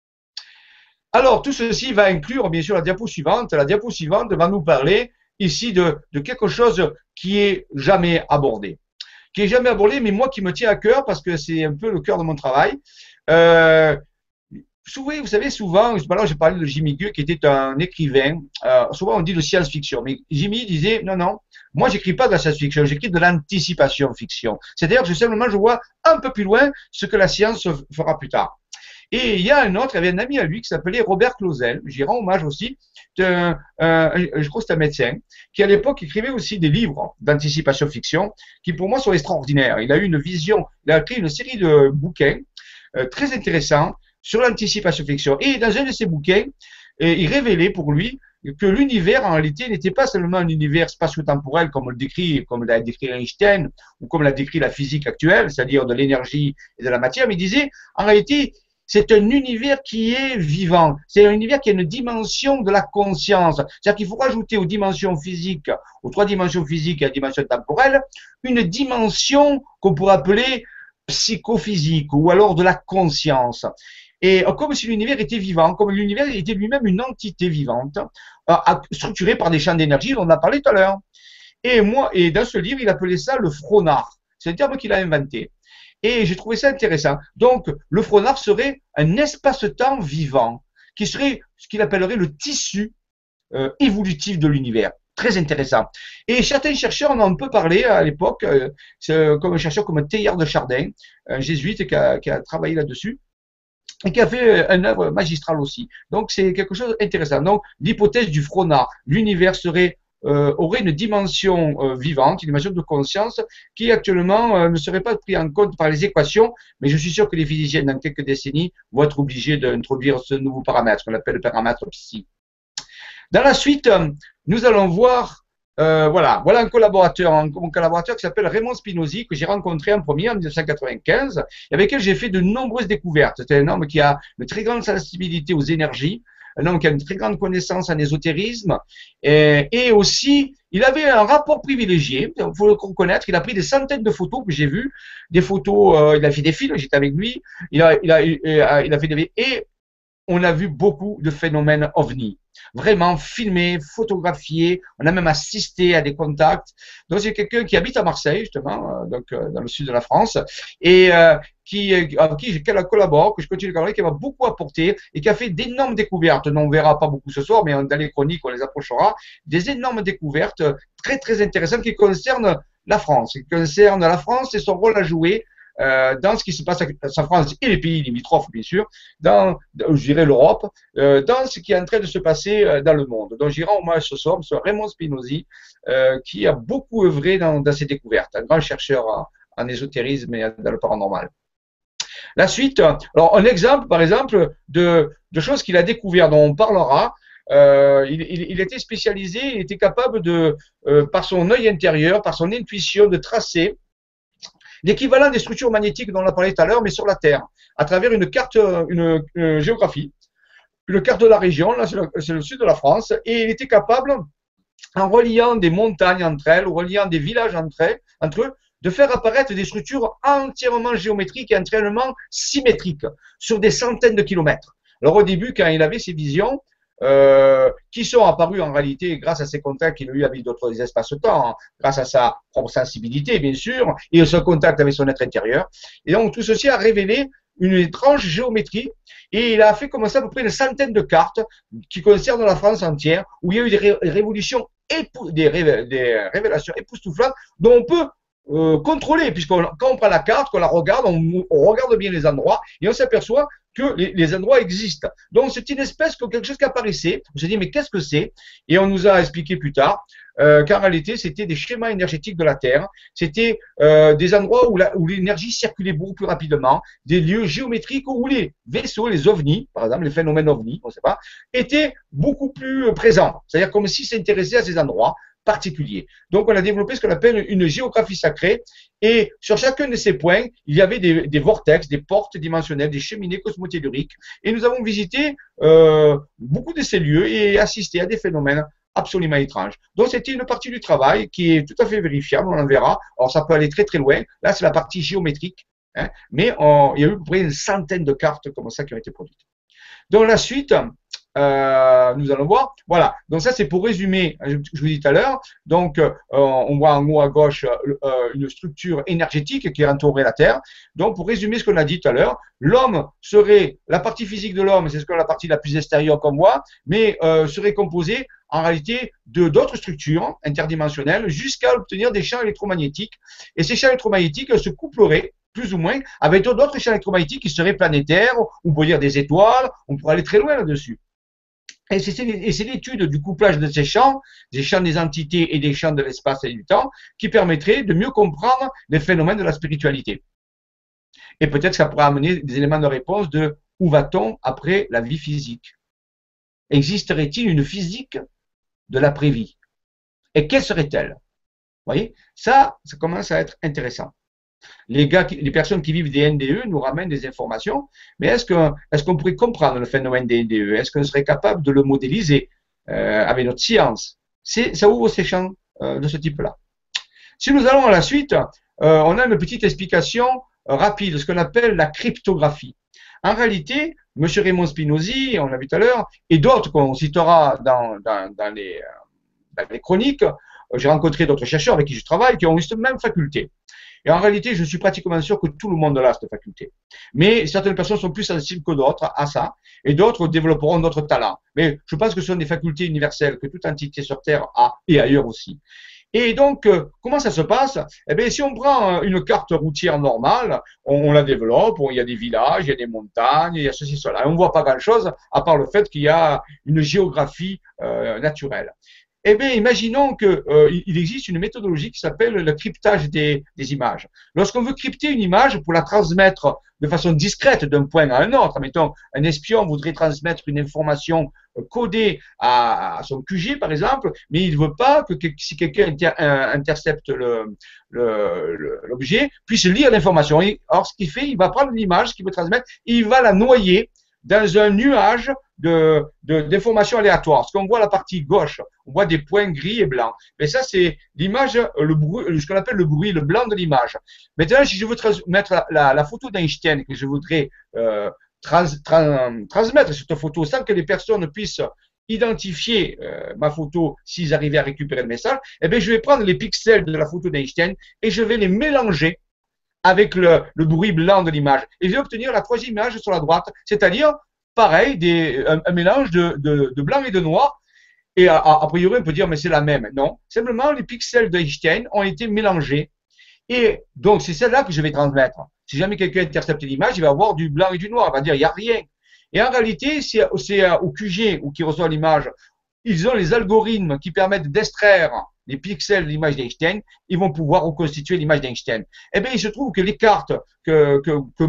Alors, tout ceci va inclure, bien sûr, la diapo suivante. La diapo suivante va nous parler ici de quelque chose qui est jamais abordé. Qui est jamais abordé, mais moi qui me tient à cœur parce que c'est un peu le cœur de mon travail. Souvent, vous savez, souvent, j'ai parlé de Jimmy Gu, qui était un écrivain. Souvent, on dit de science-fiction, mais Jimmy disait, non, moi, j'écris pas de la science-fiction, j'écris de l'anticipation-fiction. C'est-à-dire que simplement, je vois un peu plus loin ce que la science fera plus tard. Et il y a un autre, il y avait un ami à lui qui s'appelait Robert Clausel, j'y rends hommage aussi, je crois que c'est un médecin, qui à l'époque écrivait aussi des livres d'anticipation-fiction, qui pour moi sont extraordinaires. Il a eu une vision, il a écrit une série de bouquins très intéressants sur l'anticipation-fiction. Et dans un de ces bouquins, il révélait pour lui que l'univers, en réalité, n'était pas seulement un univers spatio-temporel comme l'a décrit Einstein, ou comme l'a décrit la physique actuelle, c'est-à-dire de l'énergie et de la matière, mais il disait, en réalité, c'est un univers qui est vivant. C'est un univers qui a une dimension de la conscience. C'est-à-dire qu'il faut rajouter aux dimensions physiques, aux trois dimensions physiques et à la dimension temporelle, une dimension qu'on pourrait appeler psychophysique ou alors de la conscience. Et comme si l'univers était vivant, comme l'univers était lui-même une entité vivante, structurée par des champs d'énergie dont on a parlé tout à l'heure. Et dans ce livre, il appelait ça le Fronard. C'est un terme qu'il a inventé. Et j'ai trouvé ça intéressant. Donc, le Fronard serait un espace-temps vivant, qui serait ce qu'il appellerait le tissu évolutif de l'univers. Très intéressant. Et certains chercheurs en ont un peu parlé à l'époque, comme un chercheur comme Teilhard de Chardin, un jésuite qui a travaillé là-dessus, et qui a fait une œuvre magistrale aussi. Donc, c'est quelque chose d'intéressant. Donc, l'hypothèse du Fronard, l'univers serait aurait une dimension vivante, une dimension de conscience qui actuellement ne serait pas prise en compte par les équations, mais je suis sûr que les physiciens, dans quelques décennies, vont être obligés d'introduire ce nouveau paramètre, qu'on appelle le paramètre psi. Dans la suite, nous allons voir, voilà un collaborateur, mon collaborateur qui s'appelle Raymond Spinozzi, que j'ai rencontré en premier en 1995, et avec lequel j'ai fait de nombreuses découvertes. C'est un homme qui a une très grande sensibilité aux énergies, un homme qui a une très grande connaissance en ésotérisme, et aussi, il avait un rapport privilégié, il faut le reconnaître, il a pris des centaines de photos que j'ai vues, des photos, il a fait des films, j'étais avec lui, il a fait des... Et on a vu beaucoup de phénomènes ovni, vraiment filmés, photographiés, on a même assisté à des contacts. Donc c'est quelqu'un qui habite à Marseille justement, dans le sud de la France, et avec qui je collabore, que je continue de collaborer, qui m'a beaucoup apporté et qui a fait d'énormes découvertes. On ne verra pas beaucoup ce soir, mais dans les chroniques on les approchera, des énormes découvertes très très intéressantes qui concernent la France, et son rôle à jouer dans ce qui se passe en France et les pays limitrophes, bien sûr, je dirais l'Europe, dans ce qui est en train de se passer dans le monde. Donc, j'irai hommage ce soir, M. Raymond Spinozzi, qui a beaucoup œuvré dans ses découvertes, un grand chercheur en ésotérisme et dans le paranormal. La suite, alors un exemple, par exemple, de choses qu'il a découvert, dont on parlera. Il était spécialisé, il était capable de, par son œil intérieur, par son intuition, de tracer l'équivalent des structures magnétiques dont on a parlé tout à l'heure, mais sur la Terre, à travers une carte, une géographie, une carte de la région, là c'est le sud de la France, et il était capable, en reliant des montagnes entre elles, ou reliant des villages entre eux, de faire apparaître des structures entièrement géométriques et entièrement symétriques, sur des centaines de kilomètres. Alors au début, quand il avait ces visions, qui sont apparus en réalité grâce à ses contacts qu'il a eu avec d'autres espaces-temps, hein, grâce à sa propre sensibilité, bien sûr, et son contact avec son être intérieur. Et donc, tout ceci a révélé une étrange géométrie, et il a fait comme ça à peu près une centaine de cartes qui concernent la France entière, où il y a eu des révolutions, des révélations époustouflantes, dont on peut contrôler, puisque quand on prend la carte, qu'on la regarde, on regarde bien les endroits, et on s'aperçoit que les endroits existent. Donc c'est une espèce de quelque chose qui apparaissait. On s'est dit mais qu'est-ce que c'est? Et on nous a expliqué plus tard qu'en réalité c'était des schémas énergétiques de la Terre. C'était des endroits où l'énergie circulait beaucoup plus rapidement, des lieux géométriques où les vaisseaux, les ovnis, par exemple les phénomènes ovnis, on ne sait pas, étaient beaucoup plus présents. C'est-à-dire comme s'ils s'intéressaient à ces endroits particuliers. Donc on a développé ce qu'on appelle une géographie sacrée, et sur chacun de ces points, il y avait des vortex, des portes dimensionnelles, des cheminées cosmotelluriques, et nous avons visité beaucoup de ces lieux et assisté à des phénomènes absolument étranges. Donc c'était une partie du travail qui est tout à fait vérifiable, on en verra. Alors ça peut aller très très loin, là c'est la partie géométrique, hein, mais il y a eu à peu près une centaine de cartes comme ça qui ont été produites. Donc la suite, nous allons voir. Voilà. Donc ça, c'est pour résumer. Je vous dis tout à l'heure. Donc, on voit en haut à gauche une structure énergétique qui entourerait la Terre. Donc, pour résumer ce qu'on a dit tout à l'heure, l'homme serait, la partie physique de l'homme, c'est ce qu'on a la partie la plus extérieure qu'on voit, mais serait composé en réalité de d'autres structures interdimensionnelles jusqu'à obtenir des champs électromagnétiques. Et ces champs électromagnétiques se coupleraient plus ou moins avec d'autres champs électromagnétiques qui seraient planétaires, on peut dire des étoiles, on pourrait aller très loin là-dessus. Et c'est l'étude du couplage de ces champs, des champs des entités et des champs de l'espace et du temps, qui permettrait de mieux comprendre les phénomènes de la spiritualité. Et peut-être que ça pourrait amener des éléments de réponse de où va-t-on après la vie physique? Existerait-il une physique de l'après-vie? Et quelle serait-elle? Vous voyez, ça commence à être intéressant. Les personnes qui vivent des NDE nous ramènent des informations, mais est-ce qu'on pourrait comprendre le phénomène des NDE? Est-ce qu'on serait capable de le modéliser avec notre science? Ça ouvre ces champs de ce type-là. Si nous allons à la suite, on a une petite explication rapide, ce qu'on appelle la cryptographie. En réalité, M. Raymond Spinozzi, on l'a vu tout à l'heure, et d'autres qu'on citera dans les chroniques, j'ai rencontré d'autres chercheurs avec qui je travaille qui ont eu cette même faculté. Et en réalité, je suis pratiquement sûr que tout le monde a cette faculté. Mais certaines personnes sont plus sensibles que d'autres à ça, et d'autres développeront d'autres talents. Mais je pense que ce sont des facultés universelles que toute entité sur Terre a, et ailleurs aussi. Et donc, comment ça se passe? Eh bien, si on prend une carte routière normale, on la développe, il y a des villages, il y a des montagnes, il y a ceci, cela. Et on ne voit pas grand-chose, à part le fait qu'il y a une géographie naturelle. Eh bien, imaginons que il existe une méthodologie qui s'appelle le cryptage des images. Lorsqu'on veut crypter une image pour la transmettre de façon discrète d'un point à un autre, mettons, un espion voudrait transmettre une information codée à son QG, par exemple, mais il ne veut pas que si quelqu'un intercepte l'objet, puisse lire l'information. Or, ce qu'il fait, il va prendre l'image qu'il veut transmettre et il va la noyer dans un nuage d'informations aléatoires. Ce qu'on voit à la partie gauche, on voit des points gris et blancs. Mais ça, c'est l'image, ce qu'on appelle le bruit, le blanc de l'image. Maintenant, si je veux mettre la photo d'Einstein que je voudrais transmettre cette photo sans que les personnes puissent identifier ma photo s'ils arrivaient à récupérer le message, eh bien, je vais prendre les pixels de la photo d'Einstein et je vais les mélanger avec le bruit blanc de l'image. Et je vais obtenir la troisième image sur la droite, c'est-à-dire, pareil, un mélange de blanc et de noir. Et a priori, on peut dire, mais c'est la même. Non, simplement, les pixels d'Einstein ont été mélangés. Et donc, c'est celle-là que je vais transmettre. Si jamais quelqu'un intercepte l'image, il va avoir du blanc et du noir. Il va dire, il n'y a rien. Et en réalité, c'est au QG ou qui reçoit l'image, ils ont les algorithmes qui permettent d'extraire les pixels de l'image d'Einstein, ils vont pouvoir reconstituer l'image d'Einstein. Eh bien, il se trouve que les cartes que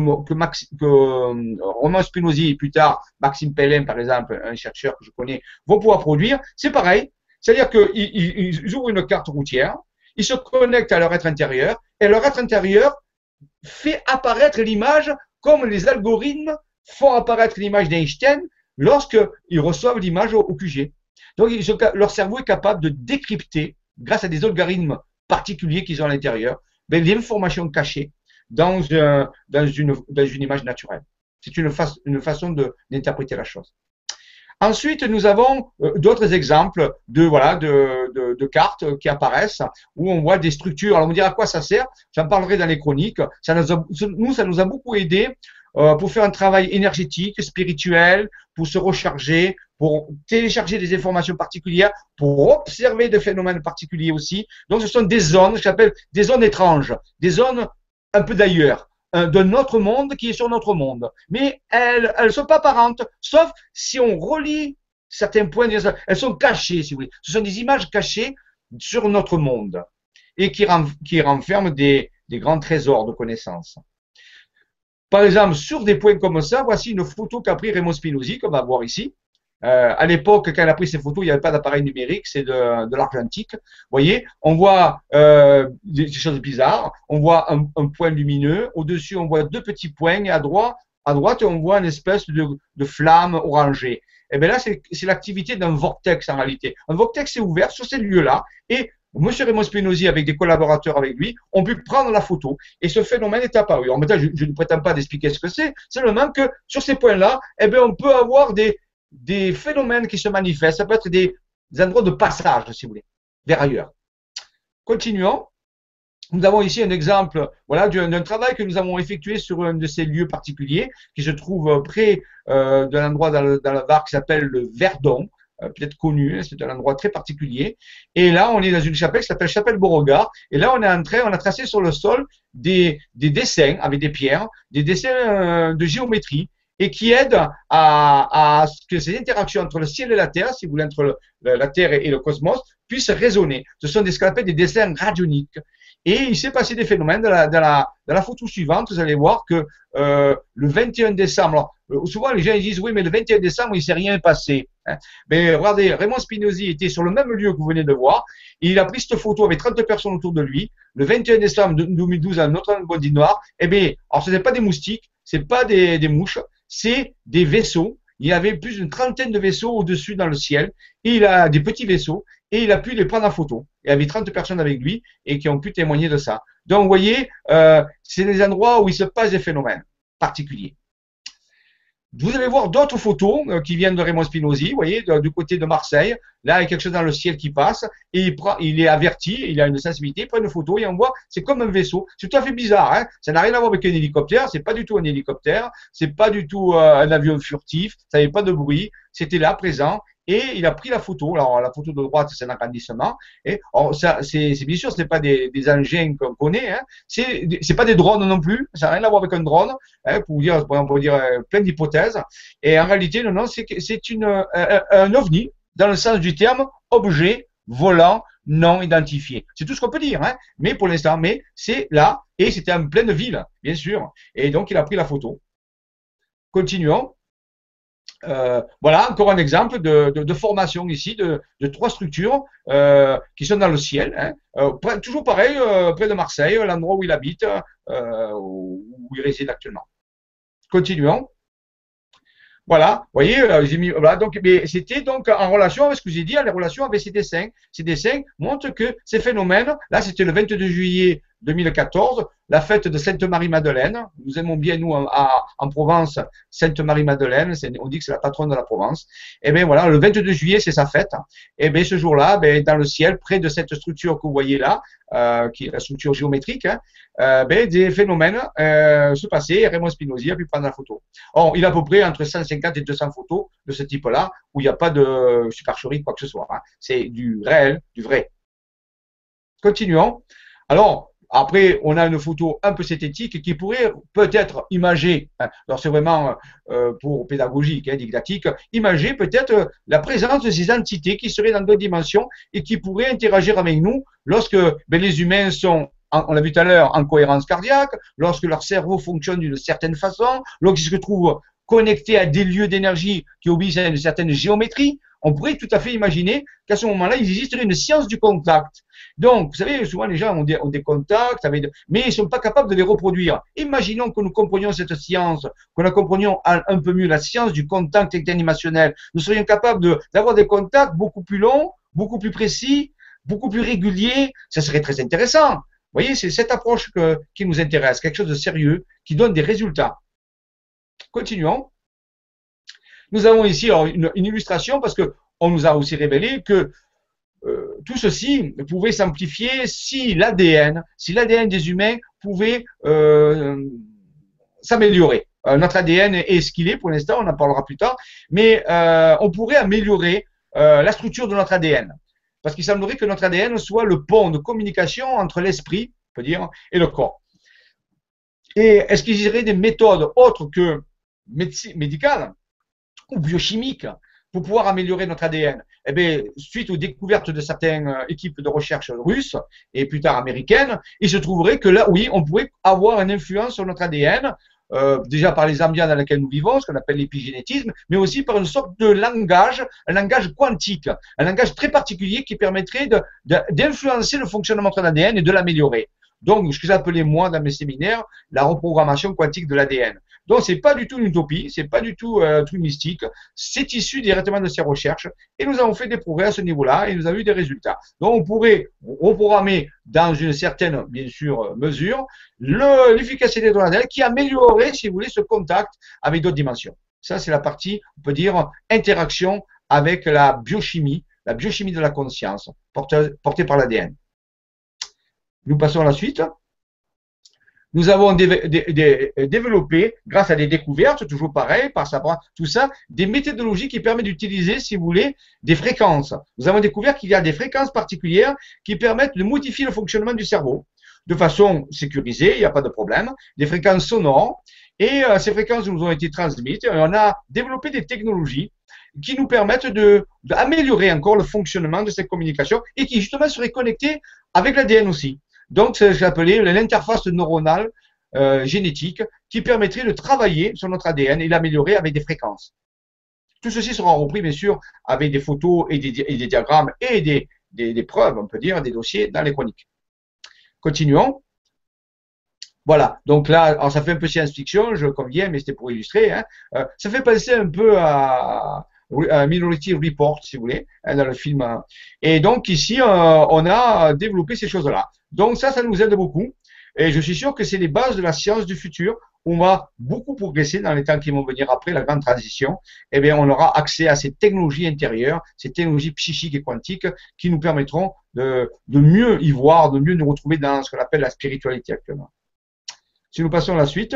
Roman Spinozzi et plus tard Maxime Pellin, par exemple, un chercheur que je connais, vont pouvoir produire, c'est pareil. C'est-à-dire qu'ils ouvrent une carte routière, ils se connectent à leur être intérieur, et leur être intérieur fait apparaître l'image comme les algorithmes font apparaître l'image d'Einstein lorsqu'ils reçoivent l'image au QG. Donc, leur cerveau est capable de décrypter, grâce à des algorithmes particuliers qu'ils ont à l'intérieur, l'information cachée dans une image naturelle. C'est une façon d'interpréter la chose. Ensuite, nous avons d'autres exemples de cartes qui apparaissent où on voit des structures. Alors, on me dira à quoi ça sert. J'en parlerai dans les chroniques. Ça nous a beaucoup aidé pour faire un travail énergétique, spirituel, pour se recharger, pour télécharger des informations particulières, pour observer des phénomènes particuliers aussi. Donc, ce sont des zones, je j'appelle des zones étranges, des zones un peu d'ailleurs, d'un autre monde qui est sur notre monde. Mais elles ne sont pas apparentes, sauf si on relie certains points, elles sont cachées, si vous voulez. Ce sont des images cachées sur notre monde et qui renferment des grands trésors de connaissances. Par exemple, sur des points comme ça, voici une photo qu'a pris Raymond Spinozzi, qu'on va voir ici. À l'époque, quand il a pris ces photos, il n'y avait pas d'appareil numérique, c'est de l'argentique. Vous voyez, on voit des choses bizarres. On voit un point lumineux. Au-dessus, on voit deux petits points. Et à droite, on voit une espèce de flamme orangée. Et bien là, c'est l'activité d'un vortex en réalité. Un vortex est ouvert sur ces lieux-là et M. Raymond Spinozzi, avec des collaborateurs avec lui, ont pu prendre la photo et ce phénomène est apparu. En même temps, je ne prétends pas d'expliquer ce que c'est, seulement que sur ces points-là, eh bien, on peut avoir des phénomènes qui se manifestent. Ça peut être des endroits de passage, si vous voulez, vers ailleurs. Continuons. Nous avons ici un exemple d'un travail que nous avons effectué sur un de ces lieux particuliers qui se trouve près d'un endroit dans le Var qui s'appelle le Verdon. Peut-être connu, c'est un endroit très particulier. Et là, on est dans une chapelle qui s'appelle Chapelle Beauregard. Et là, on a tracé sur le sol des dessins avec des pierres, des dessins de géométrie et qui aident à ce que ces interactions entre le ciel et la terre, si vous voulez, entre la terre et le cosmos, puissent résonner. Ce sont ce qu'on appelle des dessins radioniques. Et il s'est passé des phénomènes dans la photo suivante. Vous allez voir que le 21 décembre, alors, souvent les gens ils disent oui, mais le 21 décembre, il ne s'est rien passé. Hein. Mais regardez, Raymond Spinozzi était sur le même lieu que vous venez de voir. Il a pris cette photo avec 30 personnes autour de lui. Le 21 décembre 2012, à Notre-Dame-Bondine Noire. Eh bien, alors ce n'est pas des moustiques, ce n'est pas des mouches, c'est des vaisseaux. Il y avait plus d'une trentaine de vaisseaux au-dessus dans le ciel. Et il a des petits vaisseaux. Et il a pu les prendre en photo. Il y avait 30 personnes avec lui et qui ont pu témoigner de ça. Donc, vous voyez, c'est des endroits où il se passe des phénomènes particuliers. Vous allez voir d'autres photos qui viennent de Raymond Spinozzi, vous voyez, du côté de Marseille. Là, il y a quelque chose dans le ciel qui passe et il est averti, il a une sensibilité, il prend une photo et on voit, c'est comme un vaisseau. C'est tout à fait bizarre, hein. Ça n'a rien à voir avec un hélicoptère, c'est pas du tout un hélicoptère, c'est pas du tout un avion furtif, ça n'avait pas de bruit, c'était là, présent. Et il a pris la photo. Alors, la photo de droite, c'est un agrandissement. Et, c'est bien sûr, ce n'est pas des engins qu'on connaît. Hein. C'est pas des drones non plus. Ça n'a rien à voir avec un drone. Hein, pour vous dire plein d'hypothèses. Et en réalité, non, c'est un ovni, dans le sens du terme, objet volant non identifié. C'est tout ce qu'on peut dire, hein, mais pour l'instant, mais c'est là, et c'était en pleine ville, bien sûr. Et donc, il a pris la photo. Continuons. Voilà encore un exemple de formation ici de trois structures qui sont dans le ciel. Hein. Toujours pareil, près de Marseille, l'endroit où il habite, où il réside actuellement. Continuons. Voilà, vous voyez, j'ai mis, voilà, donc, mais c'était donc en relation avec ce que j'ai dit, les relations avec ces dessins. Ces dessins montrent que ces phénomènes, là, c'était le 22 juillet 2014, la fête de Sainte-Marie-Madeleine. Nous aimons bien, nous, en Provence, Sainte-Marie-Madeleine. On dit que c'est la patronne de la Provence. Et bien voilà, le 22 juillet, c'est sa fête. Et bien ce jour-là, ben, dans le ciel, près de cette structure que vous voyez là, qui est la structure géométrique, hein, ben, des phénomènes se passaient. Raymond Spinozzi a pu prendre la photo. Or, il a à peu près entre 150 et 200 photos de ce type-là, où il n'y a pas de supercherie, quoi que ce soit. Hein. C'est du réel, du vrai. Continuons. Alors, après, on a une photo un peu synthétique qui pourrait peut-être imager, hein, alors c'est vraiment pour pédagogique, hein, didactique, imager peut-être la présence de ces entités qui seraient dans d'autres dimensions et qui pourraient interagir avec nous lorsque ben, les humains sont, on l'a vu tout à l'heure, en cohérence cardiaque, lorsque leur cerveau fonctionne d'une certaine façon, lorsqu'ils se trouvent connectés à des lieux d'énergie qui obéissent à une certaine géométrie. On pourrait tout à fait imaginer qu'à ce moment-là, il existerait une science du contact. Donc, vous savez, souvent les gens ont des contacts, mais ils ne sont pas capables de les reproduire. Imaginons que nous comprenions cette science, que nous comprenions un peu mieux la science du contact interanimationnel. Nous serions capables d'avoir des contacts beaucoup plus longs, beaucoup plus précis, beaucoup plus réguliers. Ça serait très intéressant. Vous voyez, c'est cette approche qui nous intéresse, quelque chose de sérieux, qui donne des résultats. Continuons. Nous avons ici alors, une illustration parce qu'on nous a aussi révélé que tout ceci pouvait s'amplifier si l'ADN des humains pouvait s'améliorer. Notre ADN est ce qu'il est pour l'instant, on en parlera plus tard, mais on pourrait améliorer la structure de notre ADN. Parce qu'il semblerait que notre ADN soit le pont de communication entre l'esprit, on peut dire, et le corps. Et est-ce qu'il y aurait des méthodes autres que médicales ou biochimiques pour pouvoir améliorer notre ADN? Eh bien, suite aux découvertes de certaines équipes de recherche russes et plus tard américaines, il se trouverait que là, oui, on pourrait avoir une influence sur notre ADN, déjà par les ambiances dans lesquels nous vivons, ce qu'on appelle l'épigénétisme, mais aussi par une sorte de langage, un langage quantique, un langage très particulier qui permettrait d'influencer le fonctionnement de notre ADN et de l'améliorer. Donc, ce que j'appelais moi dans mes séminaires, la reprogrammation quantique de l'ADN. Donc, c'est pas du tout une utopie, c'est pas du tout un truc mystique, c'est issu directement de ces recherches et nous avons fait des progrès à ce niveau-là et nous avons eu des résultats. Donc, on pourrait reprogrammer dans une certaine, bien sûr, mesure, l'efficacité de l'ADN qui améliorerait, si vous voulez, ce contact avec d'autres dimensions. Ça, c'est la partie, on peut dire, interaction avec la biochimie de la conscience, portée par l'ADN. Nous passons à la suite. Nous avons développé, grâce à des découvertes, toujours pareil, par tout ça, des méthodologies qui permettent d'utiliser, si vous voulez, des fréquences. Nous avons découvert qu'il y a des fréquences particulières qui permettent de modifier le fonctionnement du cerveau de façon sécurisée, il n'y a pas de problème, des fréquences sonores, et ces fréquences nous ont été transmises, et on a développé des technologies qui nous permettent d'améliorer encore le fonctionnement de cette communication et qui justement seraient connectées avec l'ADN aussi. Donc, c'est ce que j'ai appelé l'interface neuronale génétique qui permettrait de travailler sur notre ADN et l'améliorer avec des fréquences. Tout ceci sera repris, bien sûr, avec des photos et des diagrammes et des preuves, on peut dire, des dossiers dans les chroniques. Continuons. Voilà, donc là, alors ça fait un peu science-fiction, je conviens, mais c'était pour illustrer. Hein. Ça fait penser un peu à Minority Report, si vous voulez, hein, dans le film. Et donc ici, on a développé ces choses-là. Donc ça nous aide beaucoup. Et je suis sûr que c'est les bases de la science du futur. On va beaucoup progresser dans les temps qui vont venir après la grande transition. Eh bien, on aura accès à ces technologies intérieures, ces technologies psychiques et quantiques qui nous permettront de mieux y voir, de mieux nous retrouver dans ce qu'on appelle la spiritualité actuellement. Si nous passons à la suite,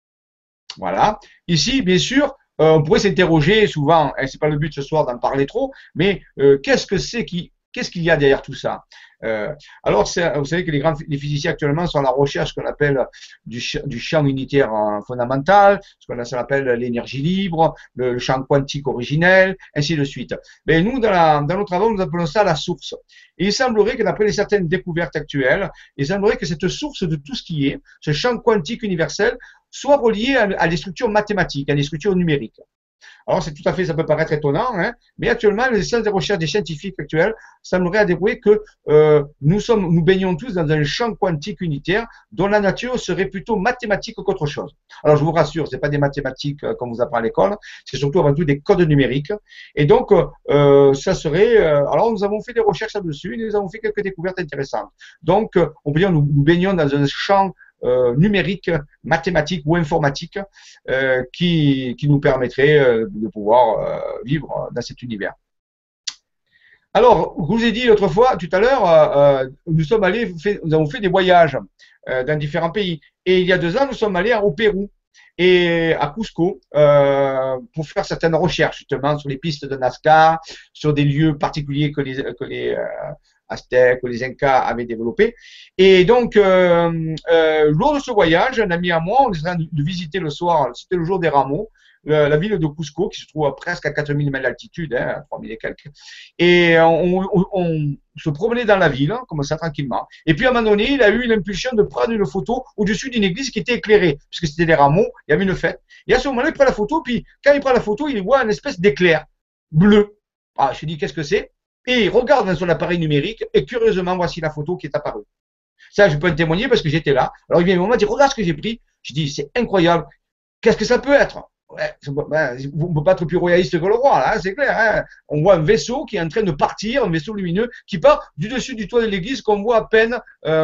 voilà. Ici, bien sûr, on pourrait s'interroger souvent, et c'est pas le but ce soir d'en parler trop, mais qu'est-ce qu'il y a derrière tout ça? Alors, vous savez que les physiciens actuellement sont à la recherche qu'on appelle du champ unitaire fondamental, ça appelle l'énergie libre, le champ quantique originel, ainsi de suite. Mais nous, dans nos travaux, nous appelons ça la source. Et il semblerait que d'après certaines découvertes actuelles, il semblerait que cette source de tout ce qui est, ce champ quantique universel, soit relié à des structures mathématiques, à des structures numériques. Alors, c'est tout à fait, ça peut paraître étonnant, hein, mais actuellement, les sciences de recherche des scientifiques actuels sembleraient dévoiler que nous baignons tous dans un champ quantique unitaire dont la nature serait plutôt mathématique qu'autre chose. Alors, je vous rassure, c'est pas des mathématiques comme vous apprend à l'école, c'est surtout avant tout des codes numériques. Et donc, ça serait. Alors, nous avons fait des recherches là-dessus, et nous avons fait quelques découvertes intéressantes. Donc, on peut dire nous baignons dans un champ numérique, mathématique ou informatique qui nous permettrait de pouvoir vivre dans cet univers. Alors, je vous ai dit l'autre fois, tout à l'heure, nous avons fait des voyages dans différents pays. Et il y a 2 ans, nous sommes allés au Pérou et à Cusco pour faire certaines recherches justement sur les pistes de Nazca, sur des lieux particuliers que les Aztèques ou les Incas avaient développés. Et donc, lors de ce voyage, un ami à moi, on est en train de visiter le soir, c'était le jour des Rameaux, la ville de Cusco, qui se trouve presque à 4000 mètres d'altitude, hein, à 3000 et quelques. Et on se promenait dans la ville, hein, comme ça, tranquillement. Et puis, à un moment donné, il a eu l'impulsion de prendre une photo au-dessus d'une église qui était éclairée, puisque c'était des rameaux, il y avait une fête. Et à ce moment-là, il prend la photo, puis quand il prend la photo, il voit une espèce d'éclair bleu. Ah, je me dis, qu'est-ce que c'est? Et il regarde dans son appareil numérique, et curieusement, voici la photo qui est apparue. Ça, je peux en témoigner parce que j'étais là. Alors, il vient un moment, il dit, regarde ce que j'ai pris. Je dis, c'est incroyable. Qu'est-ce que ça peut être? Ouais, on ne peut pas être plus royaliste que le roi, là, hein, c'est clair. Hein. On voit un vaisseau qui est en train de partir, un vaisseau lumineux qui part du dessus du toit de l'église qu'on voit à peine,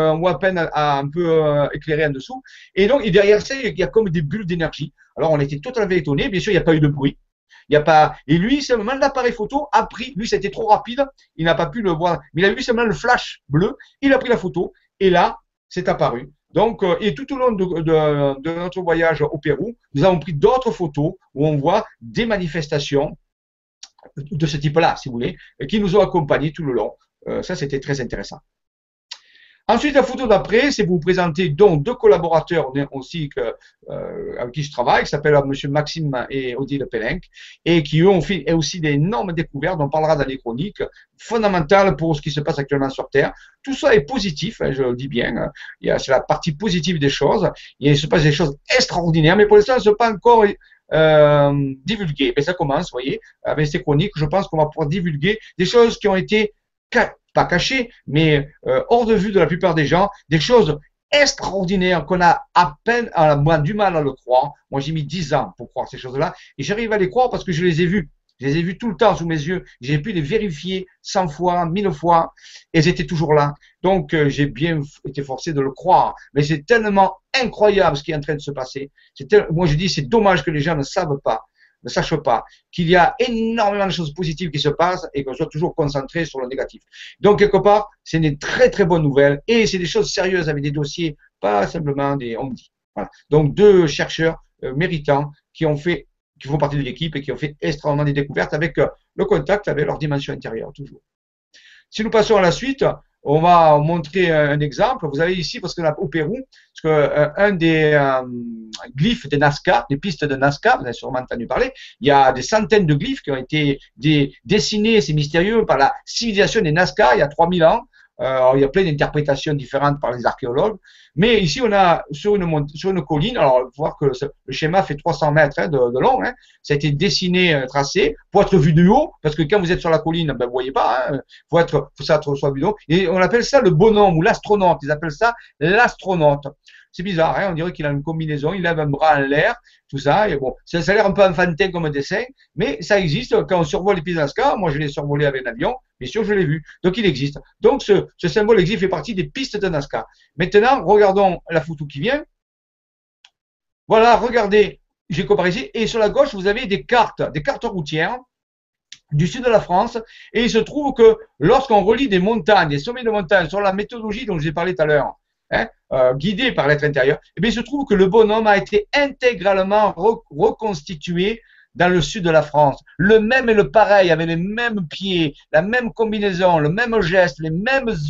un peu éclairé en dessous. Et donc, et derrière ça, il y a comme des bulles d'énergie. Alors, on était totalement étonnés. Bien sûr, il n'y a pas eu de bruit. Il y a pas. Et lui, seulement l'appareil photo a pris. Lui, ça a été trop rapide. Il n'a pas pu le voir. Mais il a vu seulement le flash bleu. Il a pris la photo. Et là, c'est apparu. Donc, et tout au long de notre voyage au Pérou, nous avons pris d'autres photos où on voit des manifestations de ce type-là, si vous voulez, qui nous ont accompagnés tout le long. Ça, c'était très intéressant. Ensuite, la photo d'après, c'est vous présenter donc 2 collaborateurs aussi avec qui je travaille, qui s'appellent M. Maxime et Odile Pellenc, et qui eux ont fait aussi d'énormes découvertes, dont on parlera dans les chroniques, fondamentales pour ce qui se passe actuellement sur Terre. Tout ça est positif, hein, je le dis bien, hein. C'est la partie positive des choses. Il se passe des choses extraordinaires, mais pour l'instant, ce n'est pas encore divulgué. Mais ça commence, vous voyez, avec ces chroniques, je pense qu'on va pouvoir divulguer des choses qui ont été pas cachées, mais hors de vue de la plupart des gens, des choses extraordinaires qu'on a à peine, moins du mal à le croire. Moi, j'ai mis 10 ans pour croire ces choses-là, et j'arrive à les croire parce que je les ai vues. Je les ai vues tout le temps sous mes yeux. J'ai pu les vérifier 100 fois, 1000 fois, et elles étaient toujours là. Donc, j'ai bien été forcé de le croire. Mais c'est tellement incroyable ce qui est en train de se passer. Moi, je dis, c'est dommage que les gens ne sachent pas qu'il y a énormément de choses positives qui se passent et qu'on soit toujours concentré sur le négatif. Donc, quelque part, c'est une très très bonne nouvelle et c'est des choses sérieuses avec des dossiers, pas simplement des on dit. Voilà. Donc, 2 chercheurs méritants qui font partie de l'équipe et qui ont fait extrêmement des découvertes avec le contact avec leur dimension intérieure, toujours. Si nous passons à la suite, on va montrer un exemple. Vous avez ici, parce qu'on a au Pérou, parce que un des glyphes de Nazca, des pistes de Nazca, vous avez sûrement entendu parler, il y a des centaines de glyphes qui ont été dessinés, c'est mystérieux, par la civilisation des Nazca il y a 3000 ans. Alors, il y a plein d'interprétations différentes par les archéologues. Mais ici, on a sur une colline, alors il faut voir que le schéma fait 300 mètres de long, hein. Ça a été dessiné, tracé, pour être vu de haut, parce que quand vous êtes sur la colline, ben, vous voyez pas, hein. Faut ça être soit vu de haut. Et on appelle ça le bonhomme ou l'astronaute. Ils appellent ça l'astronaute. C'est bizarre, hein, on dirait qu'il a une combinaison, il lève un bras en l'air, tout ça, et bon, ça a l'air un peu enfantin comme un dessin, mais ça existe. Quand on survole les pistes de Nazca, moi je l'ai survolé avec un avion, bien sûr je l'ai vu, donc il existe. Donc ce symbole existe, fait partie des pistes de Nazca. Maintenant, regardons la photo qui vient. Voilà, regardez, j'ai comparé ici, et sur la gauche, vous avez des cartes routières du sud de la France, et il se trouve que lorsqu'on relie des montagnes, des sommets de montagnes, sur la méthodologie dont je vous ai parlé tout à l'heure, hein, guidé par l'être intérieur, et bien il se trouve que le bonhomme a été intégralement reconstitué dans le sud de la France. Le même et le pareil, avec les mêmes pieds, la même combinaison, le même geste, les mêmes yeux.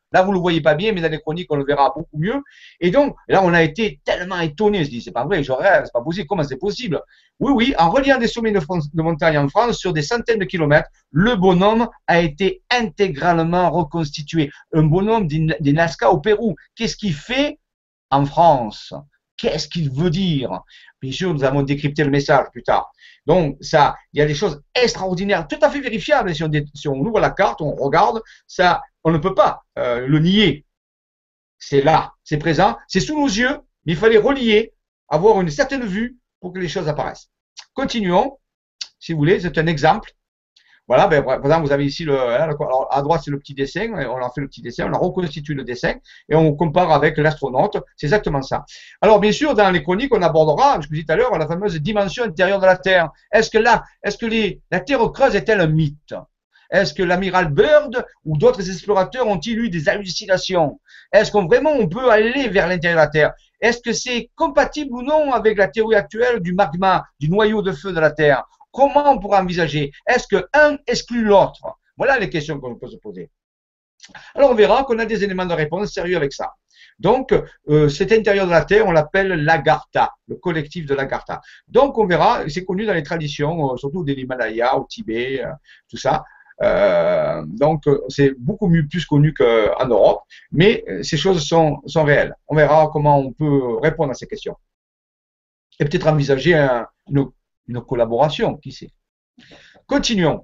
Là, vous ne le voyez pas bien, mais dans les chroniques, on le verra beaucoup mieux. Et donc, là, on a été tellement étonnés. On se dit, c'est pas vrai, je rêve, c'est pas possible. Comment c'est possible? Oui, oui, en reliant des sommets de montagne en France sur des centaines de kilomètres, le bonhomme a été intégralement reconstitué. Un bonhomme des Nazca au Pérou. Qu'est-ce qu'il fait en France? Qu'est-ce qu'il veut dire? Bien sûr, nous avons décrypté le message plus tard. Donc, ça, il y a des choses extraordinaires, tout à fait vérifiables. Si on ouvre la carte, on regarde, ça, on ne peut pas le nier. C'est là, c'est présent, c'est sous nos yeux, mais il fallait relier, avoir une certaine vue pour que les choses apparaissent. Continuons, si vous voulez, c'est un exemple. Voilà, ben, par exemple, vous avez ici alors, à droite, c'est le petit dessin, on en fait le petit dessin, on en reconstitue le dessin et on compare avec l'astronaute, c'est exactement ça. Alors, bien sûr, dans les chroniques, on abordera, je vous disais tout à l'heure, la fameuse dimension intérieure de la Terre. Est-ce que la Terre creuse est-elle un mythe? Est-ce que l'amiral Byrd ou d'autres explorateurs ont-ils eu des hallucinations? Est-ce qu'on vraiment on peut aller vers l'intérieur de la Terre? Est-ce que c'est compatible ou non avec la théorie actuelle du magma, du noyau de feu de la Terre? Comment on pourra envisager? Est-ce que un exclut l'autre? Voilà les questions qu'on peut se poser. Alors on verra qu'on a des éléments de réponse sérieux avec ça. Donc, cet intérieur de la Terre, on l'appelle l'Agartha, le collectif de l'Agartha. Donc on verra, c'est connu dans les traditions, surtout des Himalayas, au Tibet, tout ça. Donc c'est beaucoup plus connu qu'en Europe, mais ces choses sont réelles. On verra comment on peut répondre à ces questions. Et peut-être envisager une collaboration, qui sait. Continuons.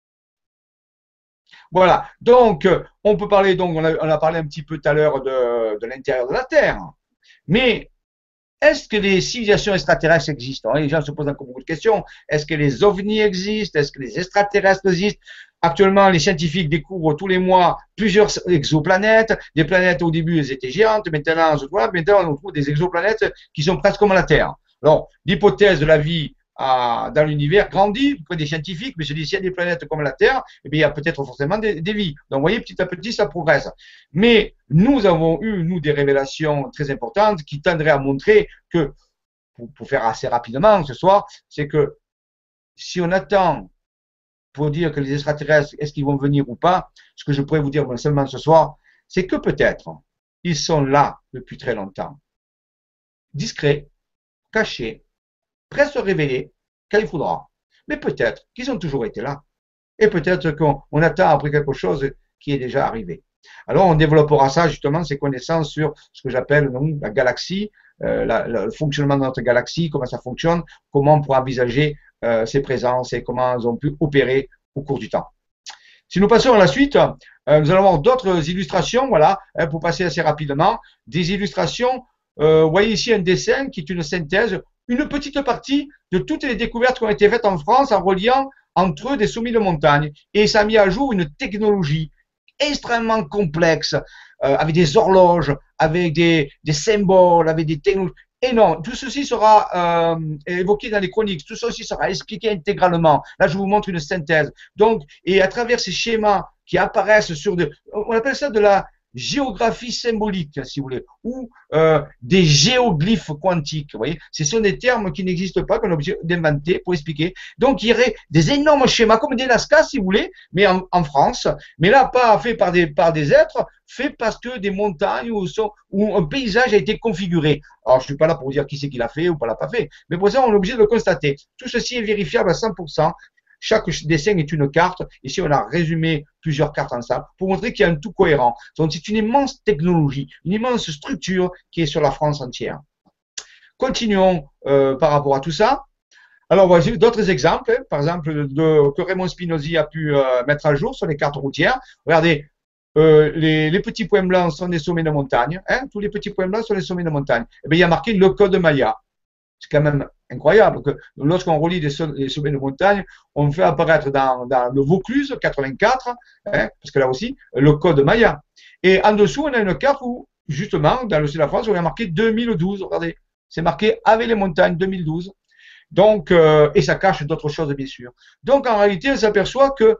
Voilà, donc on peut parler, donc on a parlé un petit peu tout à l'heure de l'intérieur de la Terre, mais est-ce que les civilisations extraterrestres existent? Les gens se posent encore beaucoup de questions. Est-ce que les ovnis existent? Est-ce que les extraterrestres existent? Actuellement, les scientifiques découvrent tous les mois plusieurs exoplanètes. Des planètes au début, elles étaient géantes. Maintenant, on trouve des exoplanètes qui sont presque comme la Terre. Alors, l'hypothèse de la vie dans l'univers grandit auprès des scientifiques, mais je dis, s'il y a des planètes comme la Terre, eh bien, il y a peut-être forcément des vies. Donc, vous voyez, petit à petit, ça progresse. Mais nous avons eu, nous, des révélations très importantes qui tendraient à montrer que, pour faire assez rapidement ce soir, c'est que si on attend pour dire que les extraterrestres, est-ce qu'ils vont venir ou pas, ce que je pourrais vous dire seulement ce soir, c'est que peut-être ils sont là depuis très longtemps, discrets, cachés, prêts à se révéler quand il faudra. Mais peut-être qu'ils ont toujours été là. Et peut-être qu'on attend après quelque chose qui est déjà arrivé. Alors on développera ça justement, ces connaissances sur ce que j'appelle la galaxie, le fonctionnement de notre galaxie, comment ça fonctionne, comment on pourra envisager ces présences et comment elles ont pu opérer au cours du temps. Si nous passons à la suite, nous allons avoir d'autres illustrations, voilà, pour passer assez rapidement, des illustrations. Vous voyez ici un dessin qui est une synthèse, une petite partie de toutes les découvertes qui ont été faites en France en reliant entre eux des sommets de montagne. Et ça a mis à jour une technologie extrêmement complexe, avec des horloges, avec des symboles, avec des technologies. Et non, tout ceci sera évoqué dans les chroniques, tout ceci sera expliqué intégralement. Là, je vous montre une synthèse. Donc, et à travers ces schémas qui apparaissent on appelle ça de la géographie symbolique, si vous voulez, ou des géoglyphes quantiques. Vous voyez, ce sont des termes qui n'existent pas, qu'on est obligé d'inventer pour expliquer. Donc, il y aurait des énormes schémas, comme des Nazca, si vous voulez, mais en France. Mais là, pas fait par des êtres, fait parce que des montagnes où un paysage a été configuré. Alors, je ne suis pas là pour vous dire qui c'est qui l'a fait ou pas l'a pas fait, mais pour ça, on est obligé de le constater. Tout ceci est vérifiable à 100%. Chaque dessin est une carte. Ici, on a résumé plusieurs cartes ensemble pour montrer qu'il y a un tout cohérent. Donc, c'est une immense technologie, une immense structure qui est sur la France entière. Continuons par rapport à tout ça. Alors, voici d'autres exemples, hein, par exemple, que Raymond Spinozzi a pu mettre à jour sur les cartes routières. Regardez, les petits points blancs sont des sommets de montagne. Hein, tous les petits points blancs sont des sommets de montagne. Et bien, il y a marqué le code Maya. C'est quand même incroyable que lorsqu'on relie les sommets de montagne, on fait apparaître dans le Vaucluse 84, hein, parce que là aussi, le code Maya. Et en dessous, on a une carte où, justement, dans le sud de la France, on a marqué 2012. Regardez, c'est marqué avec les montagnes 2012. Donc, et ça cache d'autres choses, bien sûr. Donc, en réalité, on s'aperçoit que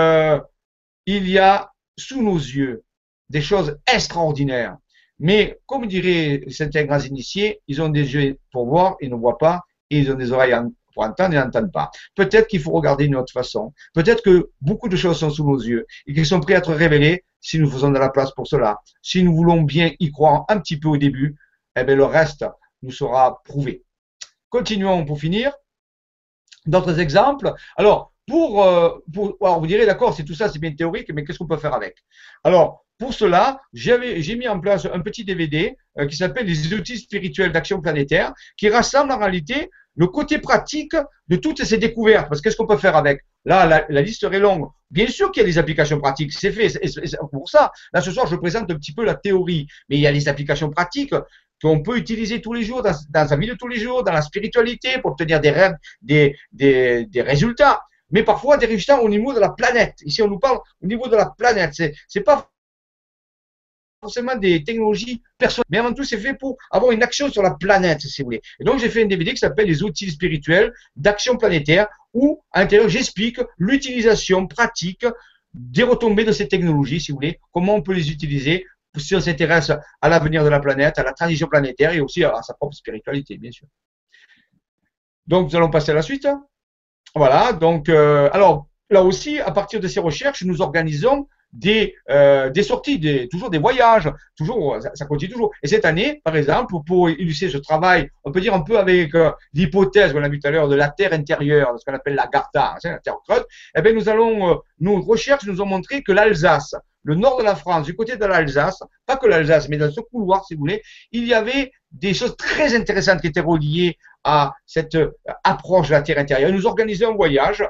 il y a sous nos yeux des choses extraordinaires. Mais, comme diraient certains grands initiés, ils ont des yeux pour voir, ils ne voient pas, et ils ont des oreilles pour entendre, ils n'entendent pas. Peut-être qu'il faut regarder d'une autre façon. Peut-être que beaucoup de choses sont sous nos yeux et qu'ils sont prêts à être révélés si nous faisons de la place pour cela, si nous voulons bien y croire un petit peu au début, eh bien, le reste nous sera prouvé. Continuons pour finir. D'autres exemples. Alors, alors vous direz, d'accord, c'est tout ça, c'est bien théorique, mais qu'est-ce qu'on peut faire avec? Alors, pour cela, j'ai mis en place un petit DVD qui s'appelle les outils spirituels d'action planétaire, qui rassemble en réalité le côté pratique de toutes ces découvertes. Parce qu'est-ce qu'on peut faire avec? Là, la liste serait longue. Bien sûr qu'il y a des applications pratiques, c'est fait. C'est pour ça, là, ce soir, je présente un petit peu la théorie, mais il y a des applications pratiques qu'on peut utiliser tous les jours dans sa vie de tous les jours, dans la spiritualité, pour obtenir des résultats. Mais parfois des résultats au niveau de la planète. Ici, on nous parle au niveau de la planète. C'est pas forcément des technologies personnelles, mais avant tout, c'est fait pour avoir une action sur la planète, si vous voulez. Et donc, j'ai fait un DVD qui s'appelle les outils spirituels d'action planétaire, où, à l'intérieur, j'explique l'utilisation pratique des retombées de ces technologies, si vous voulez, comment on peut les utiliser si on s'intéresse à l'avenir de la planète, à la transition planétaire et aussi à sa propre spiritualité, bien sûr. Donc, nous allons passer à la suite. Voilà, donc, alors, là aussi, à partir de ces recherches, nous organisons des sorties, toujours des voyages, toujours, ça continue toujours. Et cette année, par exemple, pour illustrer ce travail, on peut dire un peu avec l'hypothèse qu'on a vu tout à l'heure de la Terre intérieure, ce qu'on appelle la Gartha, hein, la Terre creuse, eh bien, nos recherches nous ont montré que l'Alsace, le nord de la France, du côté de l'Alsace, pas que l'Alsace, mais dans ce couloir, si vous voulez, il y avait des choses très intéressantes qui étaient reliées à cette approche de la Terre intérieure. Nous organisons un voyage,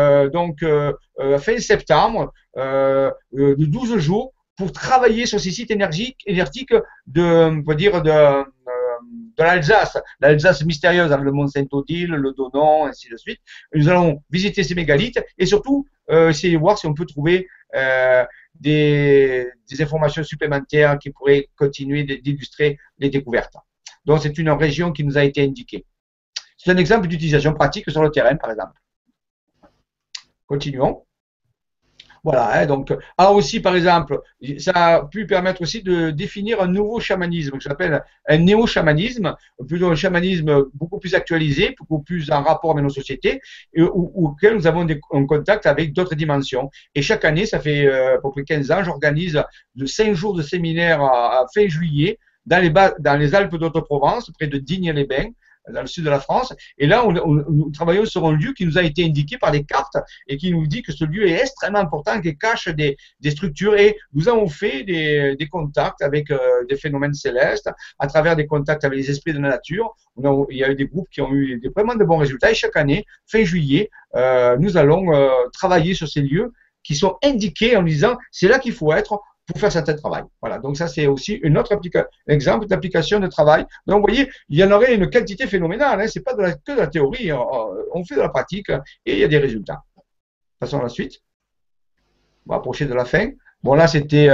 fin septembre, de 12 jours, pour travailler sur ces sites énergétiques de, on peut dire, de l'Alsace, l'Alsace mystérieuse avec le mont Saint-Odile, le Donon, ainsi de suite. Nous allons visiter ces mégalithes et surtout essayer de voir si on peut trouver des informations supplémentaires qui pourraient continuer d'illustrer les découvertes. Donc, c'est une région qui nous a été indiquée. C'est un exemple d'utilisation pratique sur le terrain, par exemple. Continuons. Voilà, hein, donc, alors aussi, par exemple, ça a pu permettre aussi de définir un nouveau chamanisme que j'appelle un néo-chamanisme, plutôt un chamanisme beaucoup plus actualisé, beaucoup plus en rapport avec nos sociétés, et auquel nous avons un contact avec d'autres dimensions. Et chaque année, ça fait à peu près 15 ans, j'organise de 5 jours de séminaire à fin juillet dans les Alpes d'Haute-Provence, près de Digne-les-Bains, dans le sud de la France. Et là, nous travaillons sur un lieu qui nous a été indiqué par les cartes et qui nous dit que ce lieu est extrêmement important, qui cache des structures. Et nous avons fait des contacts avec des phénomènes célestes, à travers des contacts avec les esprits de la nature. Il y a eu des groupes qui ont eu vraiment de bons résultats. Et chaque année, fin juillet, nous allons travailler sur ces lieux qui sont indiqués en disant c'est là qu'il faut être pour faire certains travail. Voilà, donc ça c'est aussi un autre exemple d'application de travail. Donc vous voyez, il y en aurait une quantité phénoménale, hein. C'est pas que de la théorie, on fait de la pratique et il y a des résultats. Passons à la suite. On va approcher de la fin. Bon là c'était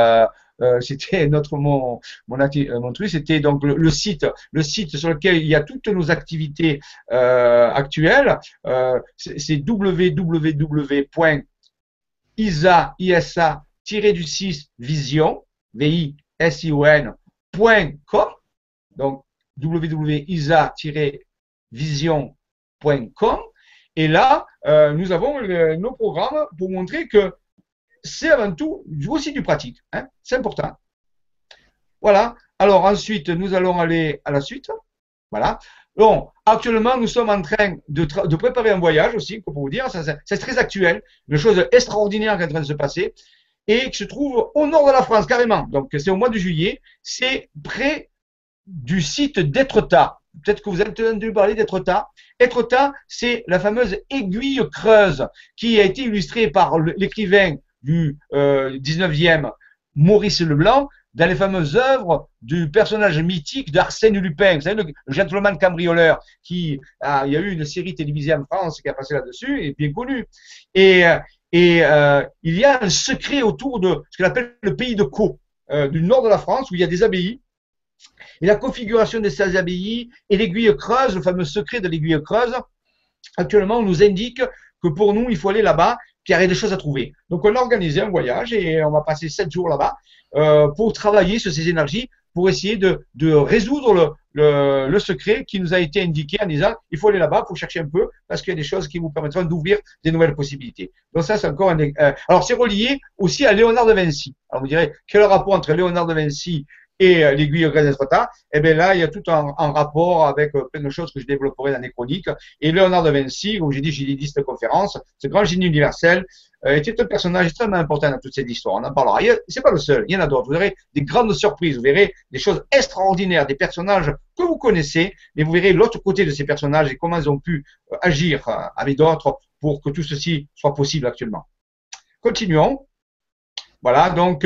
mon truc, c'était donc le site sur lequel il y a toutes nos activités actuelles. C'est www.isa-du6vision, vision.com, donc www.isa-vision.com. Et là, nous avons nos programmes pour montrer que c'est avant tout aussi du pratique, hein, c'est important. Voilà. Alors ensuite, nous allons aller à la suite. Voilà. Bon, actuellement, nous sommes en train de préparer un voyage aussi, pour vous dire, c'est très actuel, une chose extraordinaire qui est en train de se passer, et qui se trouve au nord de la France, carrément. Donc, c'est au mois de juillet, c'est près du site d'Étretat. Peut-être que vous avez entendu parler d'Étretat. Étretat, c'est la fameuse aiguille creuse qui a été illustrée par l'écrivain du 19e, Maurice Leblanc, dans les fameuses œuvres du personnage mythique d'Arsène Lupin. Vous savez, le gentleman cambrioleur, il y a eu une série télévisée en France qui a passé là-dessus, et bien connue. Et il y a un secret autour de ce qu'on appelle le pays de Caux, du nord de la France, où il y a des abbayes. Et la configuration de ces abbayes et l'aiguille creuse, le fameux secret de l'aiguille creuse, actuellement, on nous indique que pour nous, il faut aller là-bas, qu'il y a des choses à trouver. Donc, on a organisé un voyage et on va passer 7 jours là-bas pour travailler sur ces énergies, pour essayer de résoudre le secret qui nous a été indiqué en disant il faut aller là-bas, il faut chercher un peu parce qu'il y a des choses qui vous permettront d'ouvrir des nouvelles possibilités. Donc ça, c'est encore alors c'est relié aussi à Léonard de Vinci. Alors vous direz quel rapport entre Léonard de Vinci et l'aiguille Grès-Etretat? Eh bien là, il y a tout un rapport avec plein de choses que je développerai dans les chroniques. Et Léonard de Vinci, comme j'ai dit, j'ai dit cette conférence, ce grand génie universel, était un personnage extrêmement important dans toute cette histoire. On en parlera. C'est pas le seul, il y en a d'autres. Vous verrez des grandes surprises, vous verrez des choses extraordinaires, des personnages que vous connaissez, mais vous verrez l'autre côté de ces personnages et comment ils ont pu agir avec d'autres pour que tout ceci soit possible actuellement. Continuons. Voilà, donc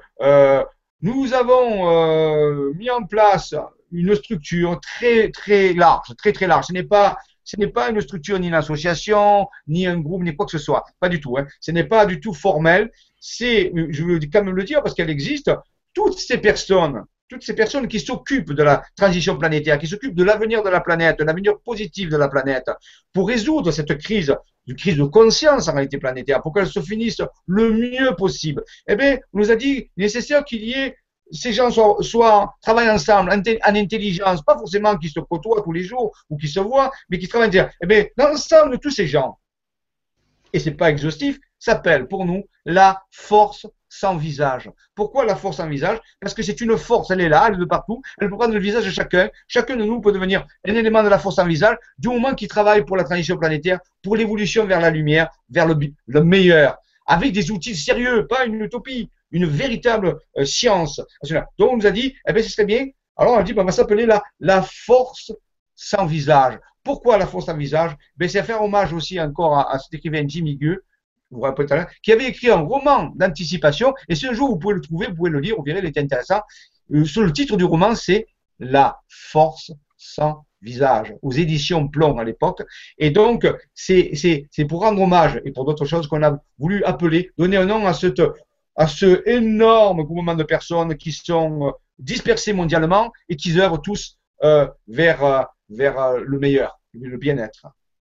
nous avons mis en place une structure très large, très large. Ce n'est pas une structure ni une association, ni un groupe, ni quoi que ce soit. Pas du tout. Hein. Ce n'est pas du tout formel. C'est, je veux quand même le dire parce qu'elle existe, toutes ces personnes qui s'occupent de la transition planétaire, qui s'occupent de l'avenir de la planète, de l'avenir positif de la planète, pour résoudre cette crise, une crise de conscience en réalité planétaire, pour qu'elle se finisse le mieux possible. Eh bien, on nous a dit nécessaire qu'il y ait ces gens travaillent ensemble en intelligence, pas forcément qui se côtoient tous les jours ou qui se voient, mais qui travaillent ensemble. Eh bien, l'ensemble de tous ces gens, et c'est pas exhaustif, s'appelle pour nous la force sans visage. Pourquoi la force sans visage? Parce que c'est une force, elle est là, elle est de partout, elle peut prendre le visage de chacun. Chacun de nous peut devenir un élément de la force sans visage du moment qu'il travaille pour la transition planétaire, pour l'évolution vers la lumière, vers le meilleur, avec des outils sérieux, pas une utopie, une véritable science. Donc on nous a dit, eh bien ce serait bien. Alors on a dit, ben, on va s'appeler la force sans visage. Pourquoi la force sans visage? Ben, c'est à faire hommage aussi encore à cet écrivain Jim Hughes, qui avait écrit un roman d'anticipation, et si un jour vous pouvez le trouver, vous pouvez le lire, vous verrez, il est intéressant. Sur le titre du roman, c'est La force sans visage, aux éditions Plomb à l'époque. Et donc, c'est pour rendre hommage, et pour d'autres choses qu'on a voulu appeler, donner un nom à ce énorme groupement de personnes qui sont dispersées mondialement et qui œuvrent tous vers le meilleur, le bien-être.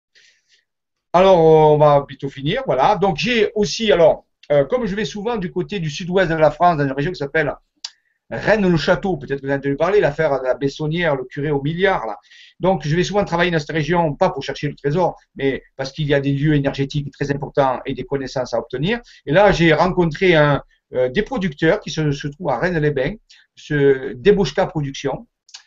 Alors, on va bientôt finir, voilà. Donc, j'ai aussi, alors, comme je vais souvent du côté du sud-ouest de la France, dans une région qui s'appelle Rennes-le-Château, peut-être que vous avez entendu parler, l'affaire de la Bessonnière, le curé au milliard, là. Donc, je vais souvent travailler dans cette région, pas pour chercher le trésor, mais parce qu'il y a des lieux énergétiques très importants et des connaissances à obtenir. Et là, j'ai rencontré des producteurs qui se trouvent à Rennes-les-Bains, ce Debochka Productions.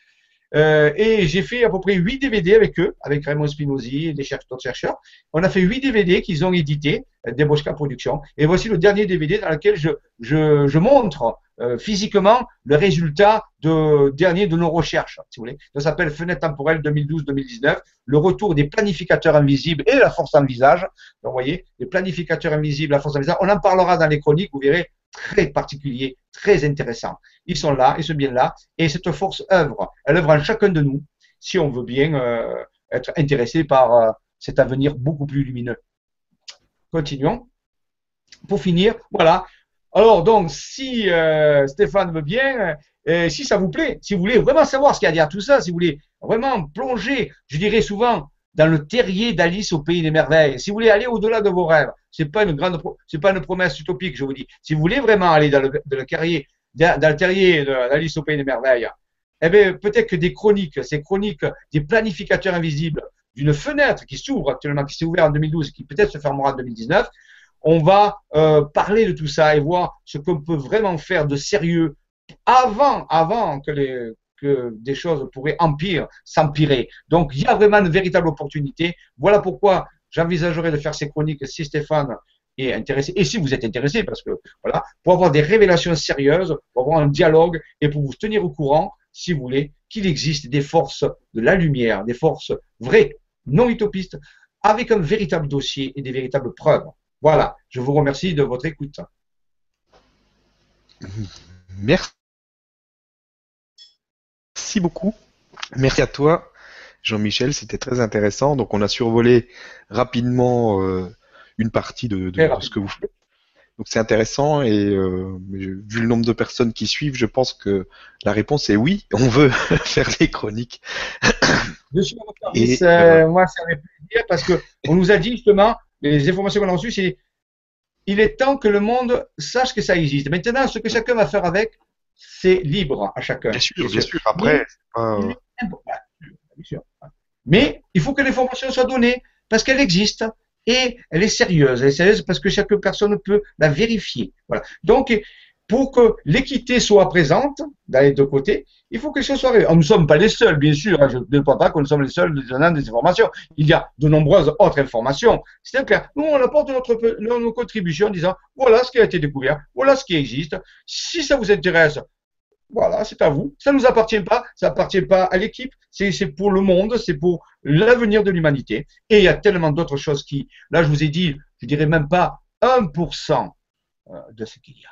Et j'ai fait à peu près 8 DVD avec eux, avec Raymond Spinozzi et d'autres chercheurs. On a fait 8 DVD qu'ils ont édités, des Boschka Productions. Et voici le dernier DVD dans lequel je montre physiquement le résultat dernier de nos recherches, si vous voulez. Ça s'appelle Fenêtre temporelle 2012-2019, le retour des planificateurs invisibles et la force en visage. Donc, vous voyez, les planificateurs invisibles, la force en visage. On en parlera dans les chroniques, vous verrez, très particulier, très intéressant. Ils sont là, ils sont bien là, et cette force œuvre. Elle œuvre en chacun de nous, si on veut bien être intéressé par cet avenir beaucoup plus lumineux. Continuons. Pour finir, voilà. Alors donc, si Stéphane veut bien, si ça vous plaît, si vous voulez vraiment savoir ce qu'il y a derrière tout ça, si vous voulez vraiment plonger, je dirais souvent, dans le terrier d'Alice au pays des merveilles. Si vous voulez aller au-delà de vos rêves, c'est pas une promesse utopique, je vous dis. Si vous voulez vraiment aller dans le terrier d'Alice au pays des merveilles, eh bien, peut-être que ces chroniques des planificateurs invisibles, d'une fenêtre qui s'ouvre actuellement, qui s'est ouverte en 2012 et qui peut-être se fermera en 2019, on va parler de tout ça et voir ce qu'on peut vraiment faire de sérieux avant que des choses pourraient s'empirer. Donc, il y a vraiment une véritable opportunité. Voilà pourquoi j'envisagerais de faire ces chroniques si Stéphane est intéressé, et si vous êtes intéressé, parce que, voilà, pour avoir des révélations sérieuses, pour avoir un dialogue, et pour vous tenir au courant, si vous voulez, qu'il existe des forces de la lumière, des forces vraies, non utopistes, avec un véritable dossier et des véritables preuves. Voilà, je vous remercie de votre écoute. Merci beaucoup. Merci à toi, Jean-Michel, c'était très intéressant. Donc, on a survolé rapidement une partie de ce que vous faites. Donc, c'est intéressant et vu le nombre de personnes qui suivent, je pense que la réponse est oui, on veut faire des chroniques. Je suis à votre service, moi, ça fait plaisir parce qu'on nous a dit justement, les informations qu'on a reçues, c'est il est temps que le monde sache que ça existe. Maintenant, ce que chacun va faire avec, c'est libre à chacun, Bien bien sûr, bien sûr. sûr. Mais Après, c'est il pas- est important, bien sûr. Mais il faut que l'information soit donnée parce qu'elle existe et elle est sérieuse. Elle est sérieuse parce que chaque personne peut la vérifier. Voilà. Donc, pour que l'équité soit présente dans les deux côtés, il faut que les choses soient réelles. Nous ne sommes pas les seuls, bien sûr. Je ne pense pas que nous sommes les seuls donnant des informations. Il y a de nombreuses autres informations. C'est clair. Nous, on apporte nos contributions en disant voilà ce qui a été découvert, voilà ce qui existe. Si ça vous intéresse, voilà, c'est à vous. Ça ne nous appartient pas, ça appartient pas à l'équipe, c'est pour le monde, c'est pour l'avenir de l'humanité. Et il y a tellement d'autres choses qui, là, je vous ai dit, je dirais même pas 1% de ce qu'il y a.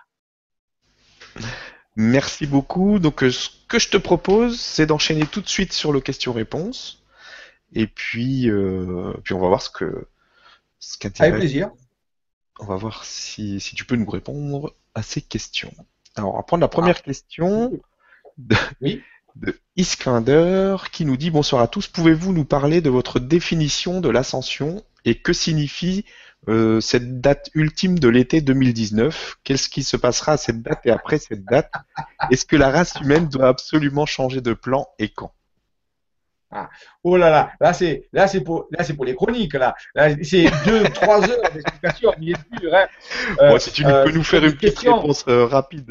Merci beaucoup. Donc, ce que je te propose, c'est d'enchaîner tout de suite sur le question-réponse. Et puis on va voir ce Avec qu'intéresse. plaisir. On va voir si tu peux nous répondre à ces questions. Alors, on va prendre la Ah, première question de, oui. de Iskander qui nous dit bonsoir à tous. Pouvez-vous nous parler de votre définition de l'ascension et que signifie cette date ultime de l'été 2019? Qu'est-ce qui se passera à cette date et après cette date? Est-ce que la race humaine doit absolument changer de plan et quand? Ah. Oh là c'est pour les chroniques là c'est 2 3 heures d'explication bien sûr hein. Bon, si tu peux nous Ce sont faire une des petite questions. réponse rapide,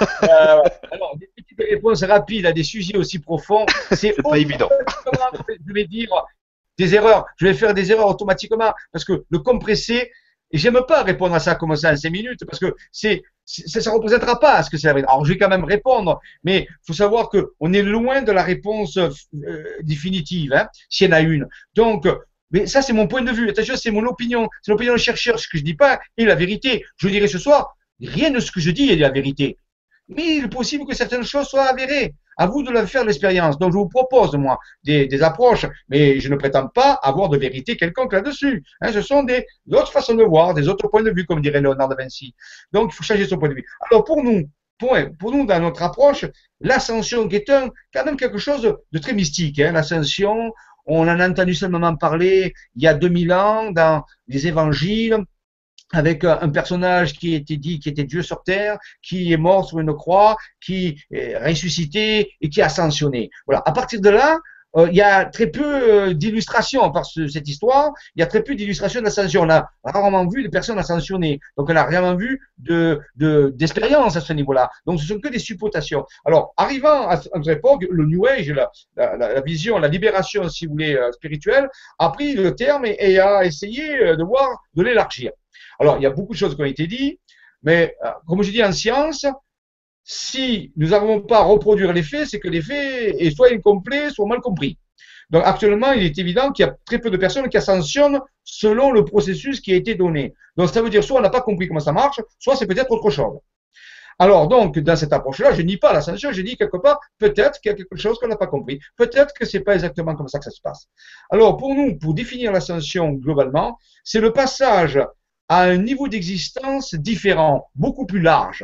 Alors, des petites réponses rapides à des sujets aussi profonds, c'est c'est pas évident. automatiquement, je vais dire des erreurs. Je vais faire des erreurs automatiquement parce que le compressé, et j'aime pas répondre à ça comme ça en 5 minutes parce que ça représentera pas ce que c'est la vérité. Alors, je vais quand même répondre, mais il faut savoir que on est loin de la réponse définitive, hein, s'il y en a une. Donc, mais ça, c'est mon point de vue. Attention, c'est mon opinion. C'est l'opinion du chercheur. Ce que je dis pas est la vérité. Je dirai ce soir, rien de ce que je dis est la vérité. Mais il est possible que certaines choses soient avérées. À vous de faire l'expérience. Donc, je vous propose, moi, des approches, mais je ne prétends pas avoir de vérité quelconque là-dessus. Hein, ce sont des autres façons de voir, des autres points de vue, comme dirait Léonard de Vinci. Donc, il faut changer son point de vue. Alors, pour nous dans notre approche, l'ascension qui est quand même quelque chose de très mystique. Hein, l'ascension, on en a entendu seulement parler il y a 2000 ans dans les évangiles, avec un personnage qui était dit qui était Dieu sur terre, qui est mort sur une croix, qui est ressuscité et qui a ascensionné. Voilà. À partir de là, il y a très peu d'illustrations par cette histoire. Il y a très peu d'illustrations d'ascension. On a rarement vu de personnes ascensionnées. Donc, on n'a rien vu d'expérience à ce niveau-là. Donc, ce sont que des supputations. Alors, arrivant à notre époque, le New Age, la vision, la libération, si vous voulez, spirituelle, a pris le terme et a essayé de l'élargir. Alors, il y a beaucoup de choses qui ont été dites, mais comme je dis en science, si nous n'arrivons pas à reproduire les faits, c'est que les faits est soit incomplets, soit mal compris. Donc, actuellement, il est évident qu'il y a très peu de personnes qui ascensionnent selon le processus qui a été donné. Donc, ça veut dire soit on n'a pas compris comment ça marche, soit c'est peut-être autre chose. Alors, donc, dans cette approche-là, je nie pas l'ascension, je dis quelque part, peut-être qu'il y a quelque chose qu'on n'a pas compris. Peut-être que c'est pas exactement comme ça que ça se passe. Alors, pour nous, pour définir l'ascension globalement, c'est le passage à un niveau d'existence différent, beaucoup plus large,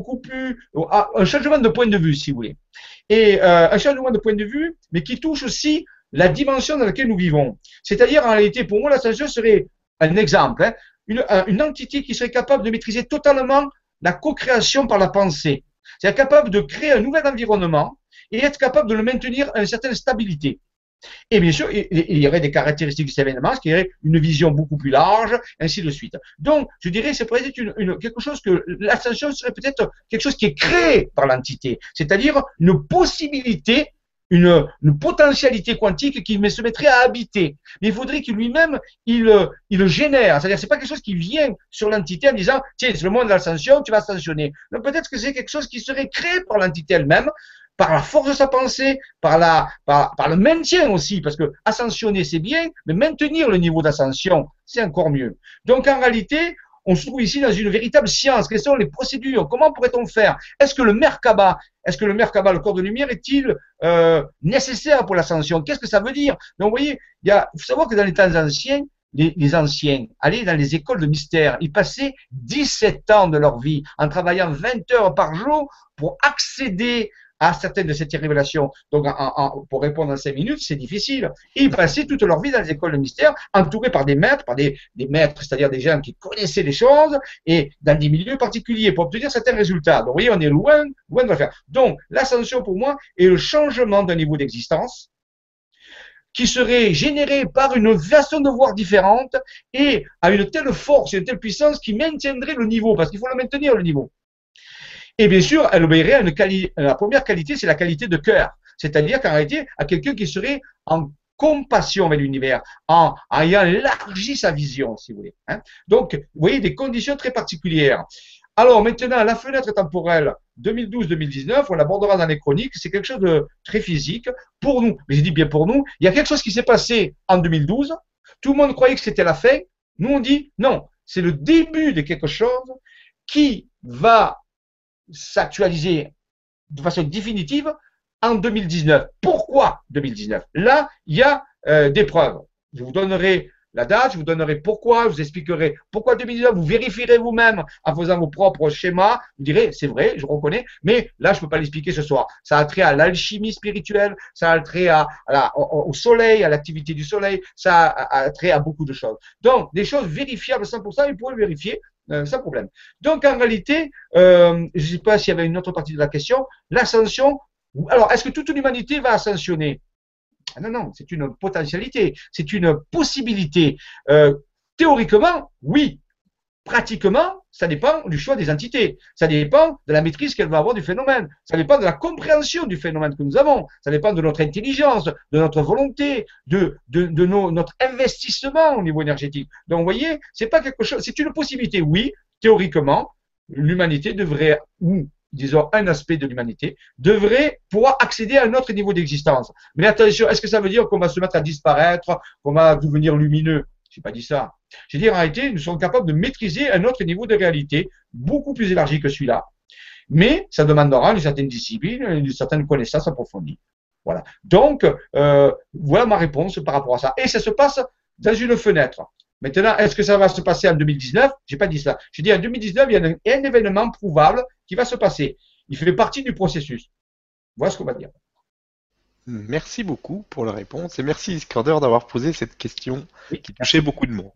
un changement de point de vue, si vous voulez. Et un changement de point de vue, mais qui touche aussi la dimension dans laquelle nous vivons. C'est-à-dire, en réalité, pour moi, l'ascension serait un exemple, hein, une entité qui serait capable de maîtriser totalement la co-création par la pensée. C'est-à-dire capable de créer un nouvel environnement et être capable de le maintenir à une certaine stabilité. Et bien sûr, il y aurait des caractéristiques de cet événement, qui aurait une vision beaucoup plus large, ainsi de suite. Donc, je dirais, c'est peut-être quelque chose que l'ascension serait peut-être quelque chose qui est créé par l'entité, c'est-à-dire une possibilité, une potentialité quantique qui se mettrait à habiter. Mais il faudrait qu'il lui-même, il le génère. C'est-à-dire, c'est pas quelque chose qui vient sur l'entité en disant, tiens, c'est le monde de l'ascension, tu vas ascensionner. Donc, peut-être que c'est quelque chose qui serait créé par l'entité elle-même, par la force de sa pensée, par le maintien aussi, parce que ascensionner c'est bien, mais maintenir le niveau d'ascension, c'est encore mieux. Donc en réalité, on se trouve ici dans une véritable science. Quelles sont les procédures? Comment pourrait-on faire? Est-ce que le Merkaba, le corps de lumière, est-il nécessaire pour l'ascension? Qu'est-ce que ça veut dire? Donc vous voyez, il faut savoir que dans les temps anciens, les anciens allaient dans les écoles de mystère. Ils passaient 17 ans de leur vie en travaillant 20 heures par jour pour accéder à certaines de ces révélations. Donc, pour répondre en 5 minutes, c'est difficile. Et ils passaient toute leur vie dans les écoles de mystère, entourés par des maîtres, des maîtres, c'est-à-dire des gens qui connaissaient les choses, et dans des milieux particuliers, pour obtenir certains résultats. Donc, vous voyez, on est loin, loin de le faire. Donc, l'ascension, pour moi, est le changement d'un niveau d'existence qui serait généré par une façon de voir différente et à une telle force, une telle puissance qui maintiendrait le niveau, parce qu'il faut le maintenir, le niveau. Et bien sûr, elle obéirait à une qualité. La première qualité, c'est la qualité de cœur. C'est-à-dire qu'en réalité, à quelqu'un qui serait en compassion avec l'univers, en ayant élargi sa vision, si vous voulez. Hein. Donc, vous voyez, des conditions très particulières. Alors maintenant, la fenêtre temporelle 2012-2019, on l'abordera dans les chroniques, c'est quelque chose de très physique pour nous. Mais je dis bien pour nous, il y a quelque chose qui s'est passé en 2012, tout le monde croyait que c'était la fin, nous on dit non, c'est le début de quelque chose qui va s'actualiser de façon définitive en 2019. Pourquoi 2019? Là, il y a des preuves. Je vous donnerai la date, je vous donnerai pourquoi, je vous expliquerai pourquoi 2019, vous vérifierez vous-même en faisant vos propres schémas, vous direz, c'est vrai, je reconnais, mais là, je ne peux pas l'expliquer ce soir. Ça a trait à l'alchimie spirituelle, ça a trait au soleil, à l'activité du soleil, ça a trait à beaucoup de choses. Donc, des choses vérifiables 100%, vous pouvez vérifier sans problème. Donc, en réalité, je ne sais pas s'il y avait une autre partie de la question, l'ascension, alors, est-ce que toute l'humanité va ascensionner? Non, non, c'est une potentialité, c'est une possibilité. Théoriquement, oui. Pratiquement, ça dépend du choix des entités. Ça dépend de la maîtrise qu'elle va avoir du phénomène. Ça dépend de la compréhension du phénomène que nous avons. Ça dépend de notre intelligence, de notre volonté, de notre investissement au niveau énergétique. Donc, vous voyez, c'est pas quelque chose, c'est une possibilité. Oui, théoriquement, l'humanité devrait, ou disons un aspect de l'humanité, devrait pouvoir accéder à un autre niveau d'existence. Mais attention, est-ce que ça veut dire qu'on va se mettre à disparaître, qu'on va devenir lumineux? Je n'ai pas dit ça. J'ai dit en réalité, nous sommes capables de maîtriser un autre niveau de réalité, beaucoup plus élargi que celui-là. Mais ça demandera une certaine discipline, une certaine connaissance approfondie. Voilà. Donc, voilà ma réponse par rapport à ça. Et ça se passe dans une fenêtre. Maintenant, est-ce que ça va se passer en 2019? J'ai pas dit ça. J'ai dit en 2019, il y a un événement prouvable qui va se passer. Il fait partie du processus. Voilà ce qu'on va dire. Merci beaucoup pour la réponse et merci Iskander d'avoir posé cette question Oui, qui touchait beaucoup de monde.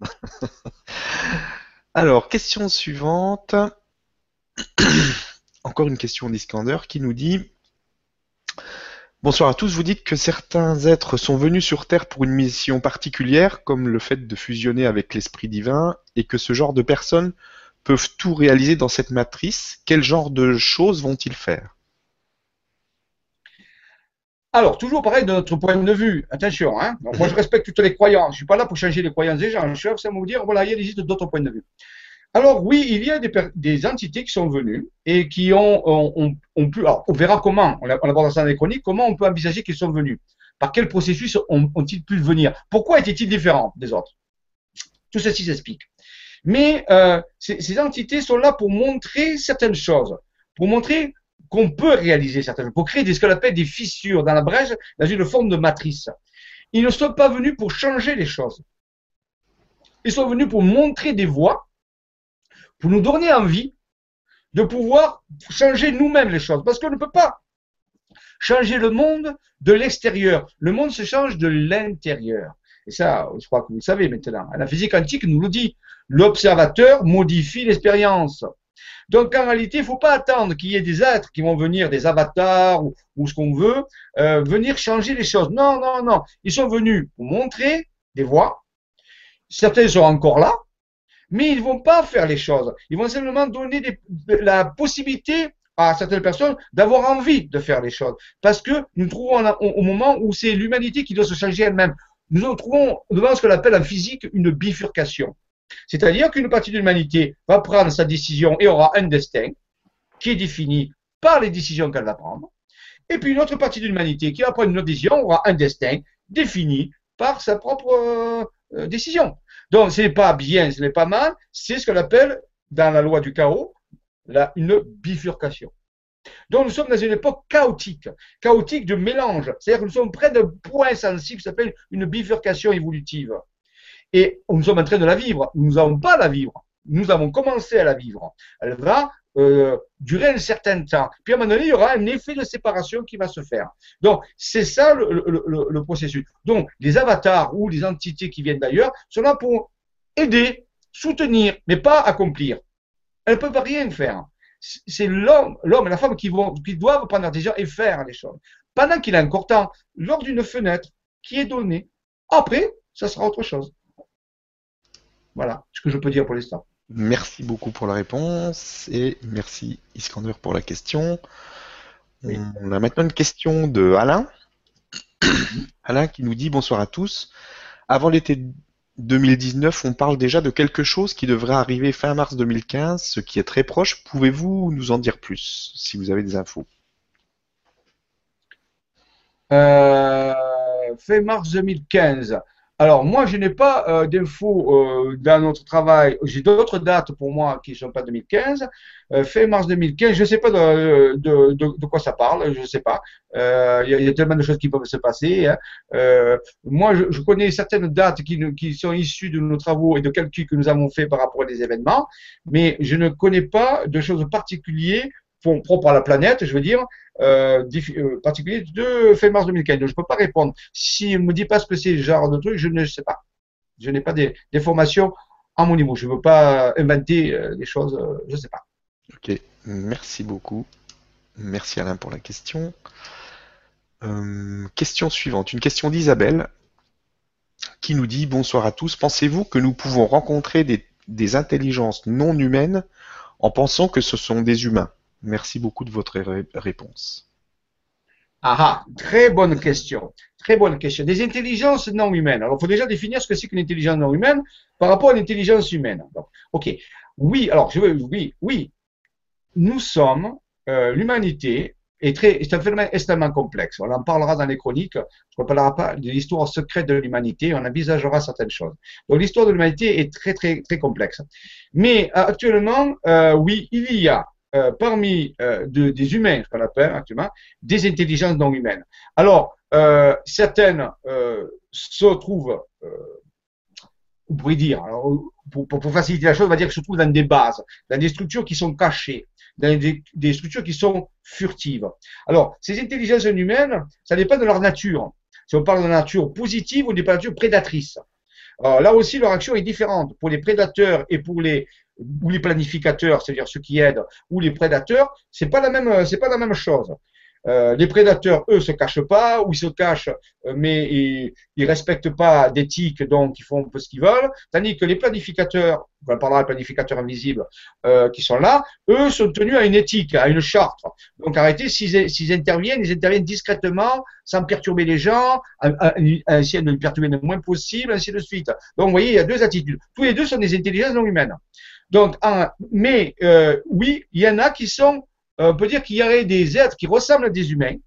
Alors, question suivante. Encore une question d'Iskander qui nous dit: bonsoir à tous, vous dites que certains êtres sont venus sur Terre pour une mission particulière, comme le fait de fusionner avec l'esprit divin, et que ce genre de personnes peuvent tout réaliser dans cette matrice. Quel genre de choses vont-ils faire? Alors, toujours pareil de notre point de vue. Attention, hein. Donc, moi, je respecte toutes les croyances. Je suis pas là pour changer les croyances des gens. Je suis là pour vous dire, voilà, il existe d'autres points de vue. Alors oui, il y a des entités qui sont venues et qui ont pu, alors on verra comment, on aborde ça dans les chroniques, comment on peut envisager qu'ils sont venus. Par quel processus ont-ils pu venir? Pourquoi étaient-ils différents des autres? Tout ceci s'explique. Mais ces entités sont là pour montrer certaines choses, pour montrer qu'on peut réaliser certaines choses, pour créer ce qu'on appelle des fissures dans la brèche, dans une forme de matrice. Ils ne sont pas venus pour changer les choses. Ils sont venus pour montrer des voies, pour nous donner envie de pouvoir changer nous-mêmes les choses. Parce qu'on ne peut pas changer le monde de l'extérieur. Le monde se change de l'intérieur. Et ça, je crois que vous le savez maintenant. La physique quantique nous le dit. L'observateur modifie l'expérience. Donc en réalité, il ne faut pas attendre qu'il y ait des êtres qui vont venir, des avatars ou ce qu'on veut, venir changer les choses. Non, non, non. Ils sont venus pour montrer des voies. Certains sont encore là, mais ils ne vont pas faire les choses. Ils vont simplement donner la possibilité à certaines personnes d'avoir envie de faire les choses. Parce que nous trouvons au moment où c'est l'humanité qui doit se changer elle-même. Nous nous trouvons devant ce qu'on appelle en physique une bifurcation. C'est-à-dire qu'une partie de l'humanité va prendre sa décision et aura un destin qui est défini par les décisions qu'elle va prendre. Et puis une autre partie de l'humanité qui va prendre une autre décision aura un destin défini par sa propre décision. Donc, ce n'est pas bien, ce n'est pas mal, c'est ce qu'on appelle, dans la loi du chaos, une bifurcation. Donc, nous sommes dans une époque chaotique de mélange. C'est-à-dire que nous sommes près d'un point sensible qui s'appelle une bifurcation évolutive. Et nous sommes en train de la vivre. Nous n'avons pas à la vivre. Nous avons commencé à la vivre. Elle va durer un certain temps. Puis à un moment donné, il y aura un effet de séparation qui va se faire. Donc, c'est ça le processus. Donc, les avatars ou les entités qui viennent d'ailleurs sont là pour aider, soutenir, mais pas accomplir. Elles ne peuvent rien faire. C'est l'homme et la femme qui doivent prendre la décision et faire les choses. Pendant qu'il a encore temps, lors d'une fenêtre qui est donnée. Après, ça sera autre chose. Voilà ce que je peux dire pour l'instant. Merci beaucoup pour la réponse et merci Iskander pour la question. Oui. On a maintenant une question de Alain. Mhm. Alain qui nous dit bonsoir à tous. Avant l'été 2019, on parle déjà de quelque chose qui devrait arriver fin mars 2015, ce qui est très proche. Pouvez-vous nous en dire plus, si vous avez des infos? Euh, Fin mars 2015. Alors, moi, je n'ai pas d'infos dans notre travail. J'ai d'autres dates pour moi qui ne sont pas 2015. Fin mars 2015, je ne sais pas de quoi ça parle, je ne sais pas. Il y a tellement de choses qui peuvent se passer, hein. Moi, je connais certaines dates qui sont issues de nos travaux et de calculs que nous avons faits par rapport à des événements, mais je ne connais pas de choses particulières propres à la planète, je veux dire, particulier de fin mars 2015. Donc, je ne peux pas répondre. Si on ne me dit pas ce que c'est ce genre de truc, je ne sais pas. Je n'ai pas des formations à mon niveau. Je ne veux pas inventer des choses, je ne sais pas. Ok, merci beaucoup. Merci Alain pour la question. Question suivante, une question d'Isabelle qui nous dit bonsoir à tous. Pensez-vous que nous pouvons rencontrer des intelligences non humaines en pensant que ce sont des humains? Merci beaucoup de votre réponse. Ah ah, très bonne question. Très bonne question. Des intelligences non humaines. Alors, il faut déjà définir ce que c'est qu'une intelligence non humaine par rapport à une intelligence humaine. Donc, ok. Oui, alors, oui, oui. Nous sommes, l'humanité est un phénomène extrêmement complexe. On en parlera dans les chroniques. On ne parlera pas de l'histoire secrète de l'humanité. On envisagera certaines choses. Donc, l'histoire de l'humanité est très, très, très complexe. Mais actuellement, oui, il y a parmi des humains, ce qu'on appelle actuellement, des intelligences non humaines. Alors, certaines se trouvent, on pourrait dire, alors, pour faciliter la chose, on va dire qu'elles se trouvent dans des bases, dans des structures qui sont cachées, dans des structures qui sont furtives. Alors, ces intelligences humaines, ça dépend de leur nature. Si on parle de nature positive ou de nature prédatrice. Alors, là aussi, leur action est différente. Pour les prédateurs et ou les planificateurs, c'est-à-dire ceux qui aident, ou les prédateurs, c'est pas la même chose. Les prédateurs, eux, se cachent pas, ou ils se cachent, mais ils respectent pas d'éthique, donc ils font un peu ce qu'ils veulent. Tandis que les planificateurs, on parlera des planificateurs invisibles, qui sont là, eux sont tenus à une éthique, à une charte. Donc arrêtez, s'ils interviennent, ils interviennent discrètement, sans perturber les gens, essayer de les perturber le moins possible, ainsi de suite. Donc vous voyez, il y a deux attitudes. Tous les deux sont des intelligences non humaines. Donc, mais oui, il y en a qui sont, on peut dire qu'il y aurait des êtres qui ressemblent à des humains,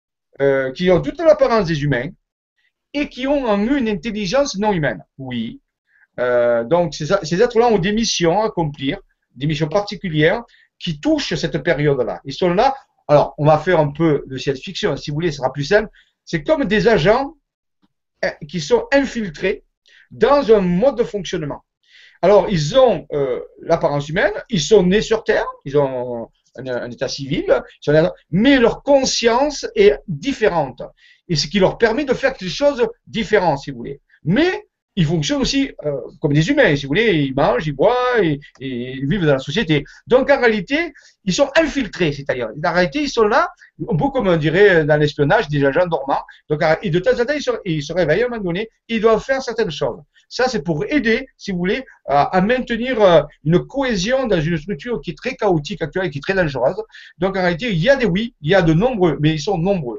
qui ont toute l'apparence des humains, et qui ont en eux une intelligence non humaine. Oui. Donc, ces êtres-là ont des missions à accomplir, des missions particulières, qui touchent cette période-là. Ils sont là. Alors, on va faire un peu de science-fiction, si vous voulez, ce sera plus simple. C'est comme des agents qui sont infiltrés dans un mode de fonctionnement. Alors, ils ont l'apparence humaine, ils sont nés sur Terre, ils ont un état civil, mais leur conscience est différente. Et ce qui leur permet de faire quelque chose de différent, si vous voulez. Mais ils fonctionnent aussi comme des humains, si vous voulez, ils mangent, ils boivent et ils vivent dans la société. Donc en réalité, ils sont infiltrés, c'est-à-dire en réalité, ils sont là, un peu comme on dirait dans l'espionnage, des agents dormants. Donc et de temps en temps, ils se réveillent à un moment donné, ils doivent faire certaines choses. Ça, c'est pour aider, si vous voulez, à maintenir une cohésion dans une structure qui est très chaotique actuelle et qui est très dangereuse. Donc en réalité, il y a des oui, il y a de nombreux, mais ils sont nombreux.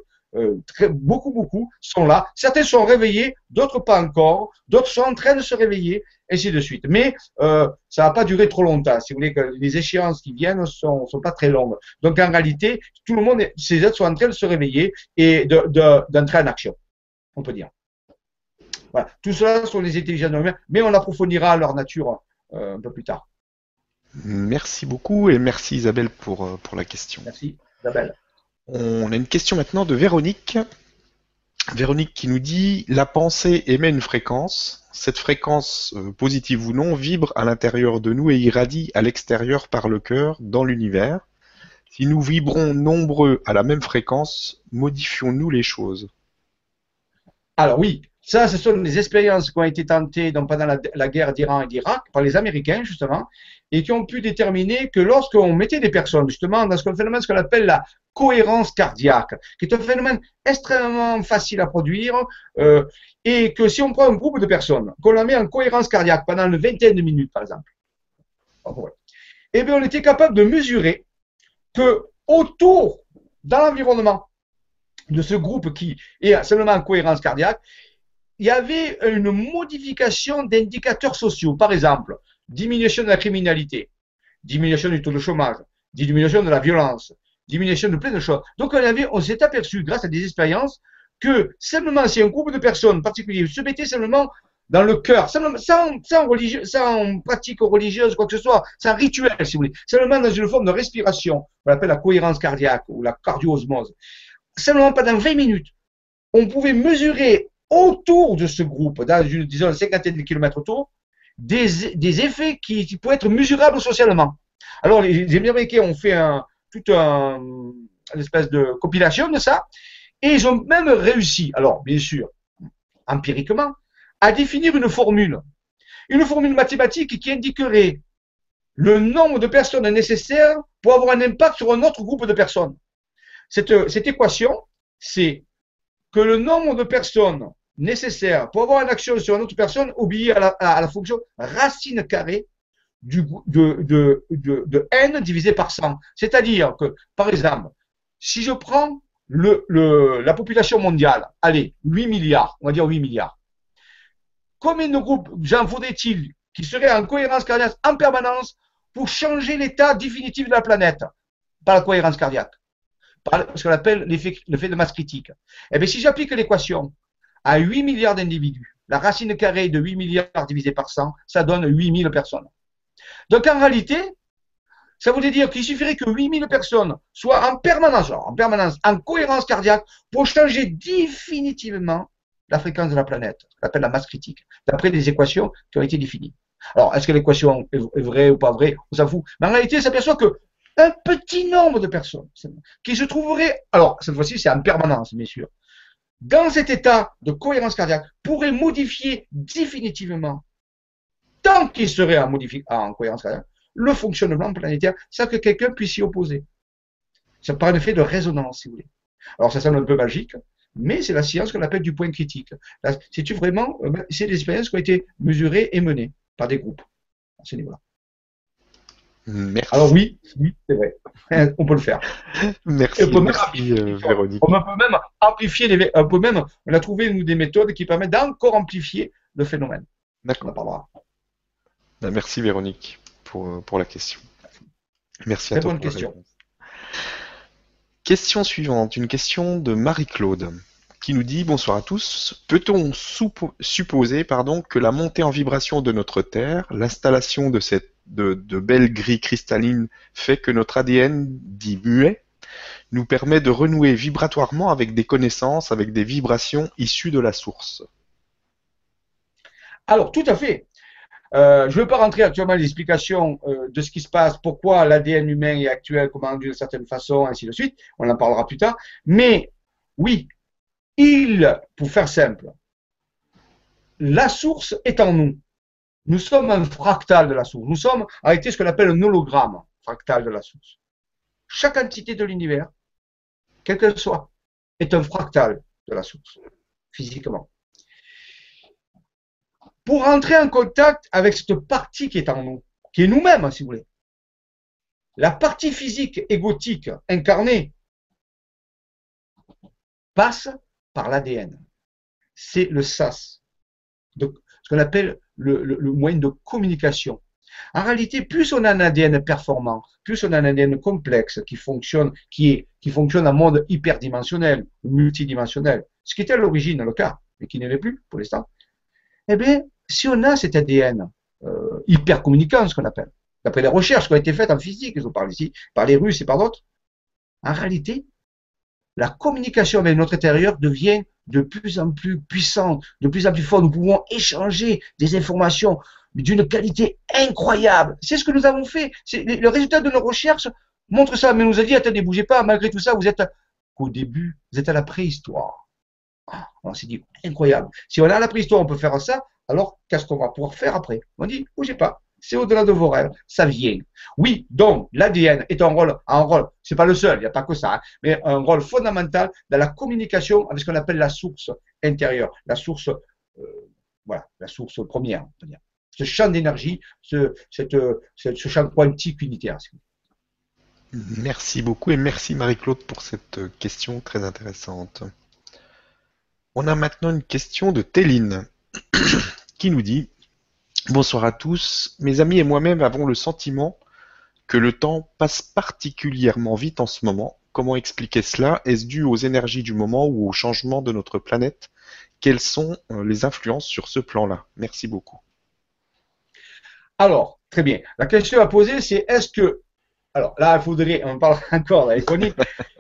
Beaucoup sont là. Certains sont réveillés, d'autres pas encore, d'autres sont en train de se réveiller, ainsi de suite. Mais ça va pas durer trop longtemps. Si vous voulez que les échéances qui viennent sont pas très longues. Donc en réalité, tout le monde, ces êtres sont en train de se réveiller et d'entrer en action, on peut dire. Voilà. Tout cela sont des intelligences humaines, mais on approfondira leur nature un peu plus tard. Merci beaucoup et merci Isabelle pour la question. Merci, Isabelle. On a une question maintenant de Véronique Véronique qui nous dit la pensée émet une fréquence. Cette fréquence, positive ou non, vibre à l'intérieur de nous et irradie à l'extérieur par le cœur dans l'univers. Si nous vibrons nombreux à la même fréquence, modifions-nous les choses. Alors oui, ça, ce sont des expériences qui ont été tentées donc, pendant la guerre d'Iran et d'Irak par les Américains, justement, et qui ont pu déterminer que lorsqu'on mettait des personnes, justement, dans ce phénomène, ce qu'on appelle la cohérence cardiaque, qui est un phénomène extrêmement facile à produire, et que si on prend un groupe de personnes, qu'on la met en cohérence cardiaque pendant une vingtaine de minutes, par exemple, eh bien, on était capable de mesurer que autour, dans l'environnement de ce groupe qui est seulement en cohérence cardiaque, il y avait une modification d'indicateurs sociaux. Par exemple, diminution de la criminalité, diminution du taux de chômage, diminution de la violence, diminution de plein de choses. Donc on s'est aperçu, grâce à des expériences, que simplement si un groupe de personnes particuliers se mettait simplement dans le cœur, sans pratique religieuse, quoi que ce soit, sans rituel, si vous voulez, simplement dans une forme de respiration, on appelle la cohérence cardiaque ou la cardio-osmose, simplement pendant 20 minutes, on pouvait mesurer autour de ce groupe, dans une, disons, une cinquantaine de kilomètres autour, des effets qui pourraient être mesurables socialement. Alors, les Américains ont fait une espèce de compilation de ça, et ils ont même réussi, alors bien sûr, empiriquement, à définir une formule mathématique qui indiquerait le nombre de personnes nécessaires pour avoir un impact sur un autre groupe de personnes. Cette équation, c'est que le nombre de personnes nécessaires pour avoir une action sur une autre personne obéit à la fonction racine carrée de n divisé par 100. C'est-à-dire que, par exemple, si je prends la population mondiale, allez, 8 milliards, on va dire 8 milliards, combien de groupes j'en faudrait-il qui seraient en cohérence cardiaque en permanence pour changer l'état définitif de la planète par la cohérence cardiaque, par ce qu'on appelle l'effet de masse critique? Eh bien, si j'applique l'équation à 8 milliards d'individus, la racine carrée de 8 milliards divisé par 100, ça donne 8000 personnes. Donc, en réalité, ça voudrait dire qu'il suffirait que 8000 personnes soient en permanence, en cohérence cardiaque, pour changer définitivement la fréquence de la planète, ce qu'on appelle la masse critique, d'après des équations qui ont été définies. Alors, est-ce que l'équation est vraie ou pas vraie? On s'en fout. Mais en réalité, on s'aperçoit que un petit nombre de personnes qui se trouveraient, alors cette fois-ci c'est en permanence bien sûr, dans cet état de cohérence cardiaque, pourraient modifier définitivement, tant qu'ils seraient en cohérence cardiaque, le fonctionnement planétaire sans que quelqu'un puisse s'y opposer. C'est par un effet de résonance, si vous voulez. Alors ça semble un peu magique, mais c'est la science qu'on appelle du point critique. C'est vraiment, c'est des expériences qui ont été mesurées et menées par des groupes à ce niveau-là. Merci. Alors oui, c'est vrai. On peut le faire. Merci, Véronique. On peut même amplifier, on a trouvé nous, des méthodes qui permettent d'encore amplifier le phénomène. D'accord. On en parlera. Merci Véronique pour la question. Merci à Très toi bonne pour la question. réponse. Question suivante, une question de Marie-Claude qui nous dit bonsoir à tous. Peut-on supposer que la montée en vibration de notre Terre, l'installation de belles grilles cristallines fait que notre ADN dit muet, nous permet de renouer vibratoirement avec des connaissances, avec des vibrations issues de la source? Alors, tout à fait. Je ne veux pas rentrer actuellement dans l'explication de ce qui se passe, pourquoi l'ADN humain est actuel, comment d'une certaine façon, ainsi de suite. On en parlera plus tard. Mais oui, pour faire simple, la source est en nous. Nous sommes un fractal de la source. Nous sommes en réalité ce qu'on appelle un hologramme fractal de la source. Chaque entité de l'univers, quelle qu'elle soit, est un fractal de la source, physiquement. Pour entrer en contact avec cette partie qui est en nous, qui est nous-mêmes, si vous voulez, la partie physique égotique incarnée passe par l'ADN. C'est le SAS, ce qu'on appelle le moyen de communication. En réalité, plus on a un ADN performant, plus on a un ADN complexe qui fonctionne en mode hyperdimensionnel, multidimensionnel, ce qui était à l'origine le cas, mais qui ne l'est plus pour l'instant, eh bien, si on a cet ADN hyper communicant, ce qu'on appelle, d'après les recherches qui ont été faites en physique, je vous parle ici, par les Russes et par d'autres, en réalité, la communication avec notre intérieur devient de plus en plus puissante, de plus en plus forte. Nous pouvons échanger des informations d'une qualité incroyable. C'est ce que nous avons fait. Le résultat de nos recherches montre ça, mais nous a dit, attendez, bougez pas, malgré tout ça, vous êtes qu'au début, vous êtes à la préhistoire. On s'est dit, incroyable. Si on est à la préhistoire, on peut faire ça, alors qu'est-ce qu'on va pouvoir faire après? On dit, bougez pas, c'est au-delà de vos rêves, ça vient. Oui, donc l'ADN est un rôle, c'est pas le seul, il n'y a pas que ça, hein, mais un rôle fondamental dans la communication avec ce qu'on appelle la source intérieure, la source, voilà, la source première, on peut dire. Ce champ d'énergie, ce champ quantique unitaire. Merci beaucoup et merci Marie-Claude pour cette question très intéressante. On a maintenant une question de Téline qui nous dit: bonsoir à tous, mes amis et moi-même avons le sentiment que le temps passe particulièrement vite en ce moment. Comment expliquer cela? Est-ce dû aux énergies du moment ou au changement de notre planète? Quelles sont les influences sur ce plan-là? Merci beaucoup. Alors, très bien. La question à poser, c'est est-ce que... Alors là, il faudrait... On parle encore d'électronique.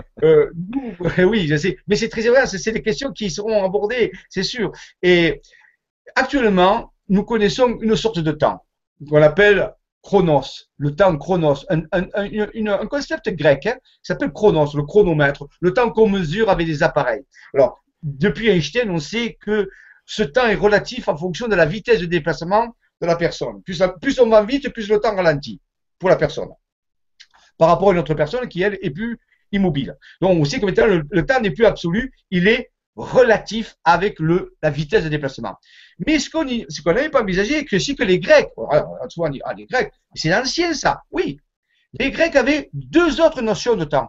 Oui, je sais. Mais c'est très vrai, c'est des questions qui seront abordées, c'est sûr. Et actuellement, nous connaissons une sorte de temps qu'on appelle chronos, le temps chronos, un concept grec qui s'appelle chronos, le chronomètre, le temps qu'on mesure avec des appareils. Alors, depuis Einstein, on sait que ce temps est relatif en fonction de la vitesse de déplacement de la personne. Plus on va vite, plus le temps ralentit pour la personne, par rapport à une autre personne qui, elle, est plus immobile. Donc, on sait que maintenant, le temps n'est plus absolu, il est relatif avec la vitesse de déplacement. Mais ce qu'on n'avait pas envisagé, c'est que les Grecs, alors, souvent on dit, les Grecs, c'est ancien ça, oui. Les Grecs avaient deux autres notions de temps.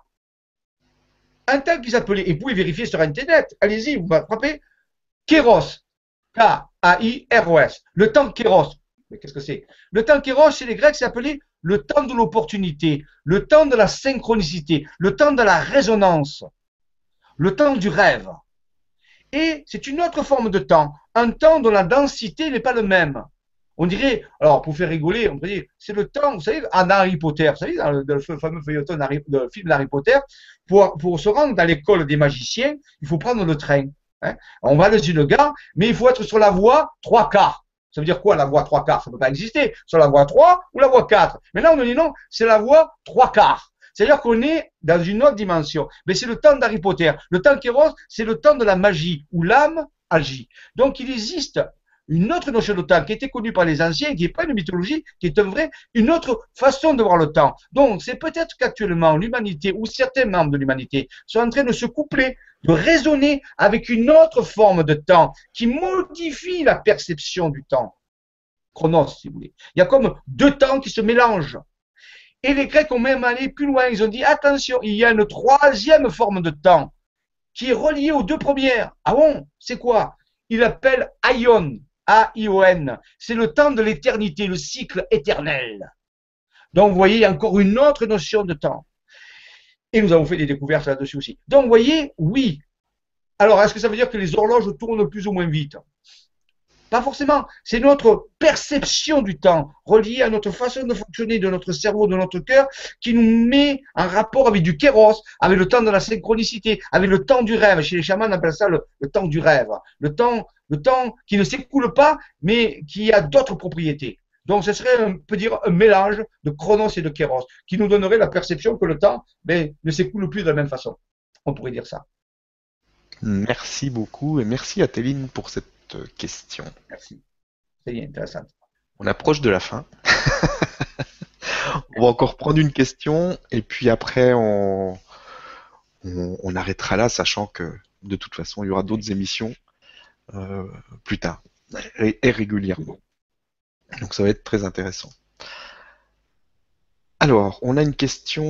Un temps qu'ils appelaient, et vous pouvez vérifier sur Internet, allez-y, vous frappez, Kéros, K-A-I-R-O-S, le temps Kéros. Mais qu'est-ce que c'est? Le temps Kéros, chez les Grecs, c'est appelé le temps de l'opportunité, le temps de la synchronicité, le temps de la résonance, le temps du rêve. Et c'est une autre forme de temps, un temps dont la densité n'est pas le même. On dirait, alors pour faire rigoler, on peut dire, c'est le temps, vous savez, en Harry Potter, vous savez, dans le fameux feuilleton de film d'Harry Potter, pour se rendre dans l'école des magiciens, il faut prendre le train. Hein. On va dans une gare, mais il faut être sur la voie 3/4. Ça veut dire quoi, la voie 3/4? Ça ne peut pas exister. Sur la voie 3 ou la voie 4. Mais là, on nous dit non, c'est la voie 3/4. C'est-à-dire qu'on est dans une autre dimension. Mais c'est le temps d'Harry Potter. Le temps Kéros, c'est le temps de la magie, où l'âme agit. Donc, il existe une autre notion de temps qui était connue par les anciens, qui n'est pas une mythologie, qui est une autre façon de voir le temps. Donc, c'est peut-être qu'actuellement, l'humanité, ou certains membres de l'humanité, sont en train de se coupler, de raisonner avec une autre forme de temps, qui modifie la perception du temps. Chronos, si vous voulez. Il y a comme deux temps qui se mélangent. Et les Grecs ont même allé plus loin. Ils ont dit, attention, il y a une troisième forme de temps qui est reliée aux deux premières. Ah bon? C'est quoi? Il l'appelle Aion, A-I-O-N. C'est le temps de l'éternité, le cycle éternel. Donc, vous voyez, il y a encore une autre notion de temps. Et nous avons fait des découvertes là-dessus aussi. Donc, vous voyez, oui. Alors, est-ce que ça veut dire que les horloges tournent plus ou moins vite? Pas forcément. C'est notre perception du temps, reliée à notre façon de fonctionner de notre cerveau, de notre cœur, qui nous met en rapport avec du kéros, avec le temps de la synchronicité, avec le temps du rêve. Chez les chamans, on appelle ça le temps du rêve. Le temps qui ne s'écoule pas, mais qui a d'autres propriétés. Donc, ce serait, on peut dire, un mélange de chronos et de kéros, qui nous donnerait la perception que le temps ne s'écoule plus de la même façon. On pourrait dire ça. Merci beaucoup et merci à Téline pour cette question. Merci. C'est bien intéressant. On approche de la fin. On va encore prendre une question et puis après on arrêtera là, sachant que de toute façon il y aura d'autres émissions plus tard et régulièrement. Donc ça va être très intéressant. Alors, on a une question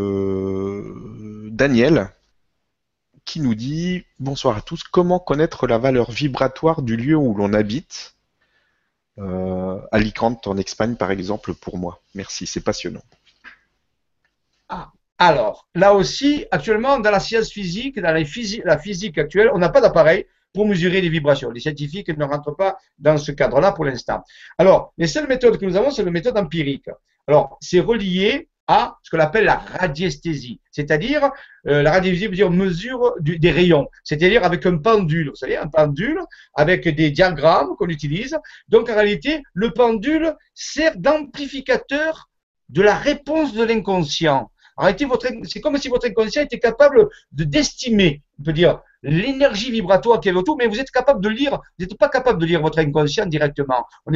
de Daniel qui nous dit: bonsoir à tous, comment connaître la valeur vibratoire du lieu où l'on habite? Alicante en Espagne par exemple pour moi. Merci, c'est passionnant. Ah, alors, là aussi, actuellement, dans la science physique, dans la physique actuelle, on n'a pas d'appareil pour mesurer les vibrations. Les scientifiques ne rentrent pas dans ce cadre-là pour l'instant. Alors, les seules méthodes que nous avons, c'est la méthode empirique. Alors, c'est relié à ce qu'on appelle la radiesthésie. C'est-à-dire, la radiesthésie veut dire mesure des rayons. C'est-à-dire avec un pendule. Vous savez, un pendule avec des diagrammes qu'on utilise. Donc, en réalité, le pendule sert d'amplificateur de la réponse de l'inconscient. En réalité, c'est comme si votre inconscient était capable d'estimer, on peut dire, l'énergie vibratoire qu'il y avait autour, mais vous êtes capable de lire, vous n'êtes pas capable de lire votre inconscient directement. On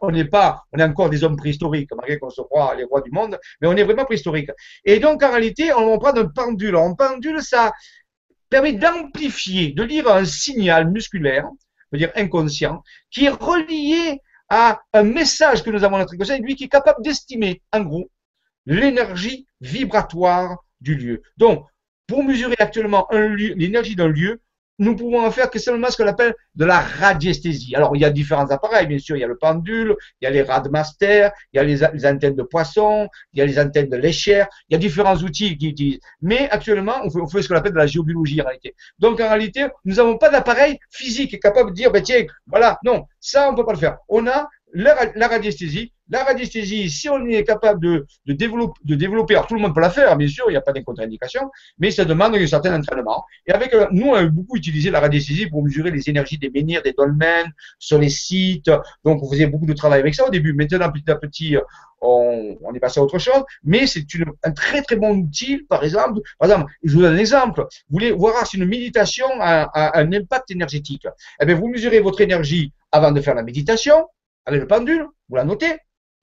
est encore des hommes préhistoriques, malgré qu'on se croit les rois du monde, mais on est vraiment préhistorique. Et donc, en réalité, on prend un pendule. Un pendule, ça permet d'amplifier, de lire un signal musculaire, on peut dire inconscient, qui est relié à un message que nous avons dans notre inconscient, et lui qui est capable d'estimer, en gros, l'énergie vibratoire du lieu. Donc, pour mesurer actuellement l'énergie d'un lieu, nous pouvons en faire que seulement ce qu'on appelle de la radiesthésie. Alors, il y a différents appareils, bien sûr. Il y a le pendule, il y a les Radmaster, il y a les antennes de poisson, il y a les antennes de léchère, il y a différents outils qui utilisent. Mais actuellement, on fait ce qu'on appelle de la géobiologie en réalité. Donc, en réalité, nous n'avons pas d'appareil physique capable de dire, ben, tiens, voilà, non, ça, on ne peut pas le faire. On a la radiesthésie. La radiesthésie, si on est capable de développer, alors tout le monde peut la faire, bien sûr, il n'y a pas de contre-indication, mais ça demande un certain entraînement. Et avec, nous, on a beaucoup utilisé la radiesthésie pour mesurer les énergies des menhirs, des dolmens, sur les sites. Donc, on faisait beaucoup de travail avec ça au début. Maintenant, petit à petit, on est passé à autre chose, mais c'est un très, très bon outil, par exemple. Je vous donne un exemple. Vous voulez voir si une méditation a un impact énergétique. Eh bien, vous mesurez votre énergie avant de faire la méditation, avec le pendule, vous la notez.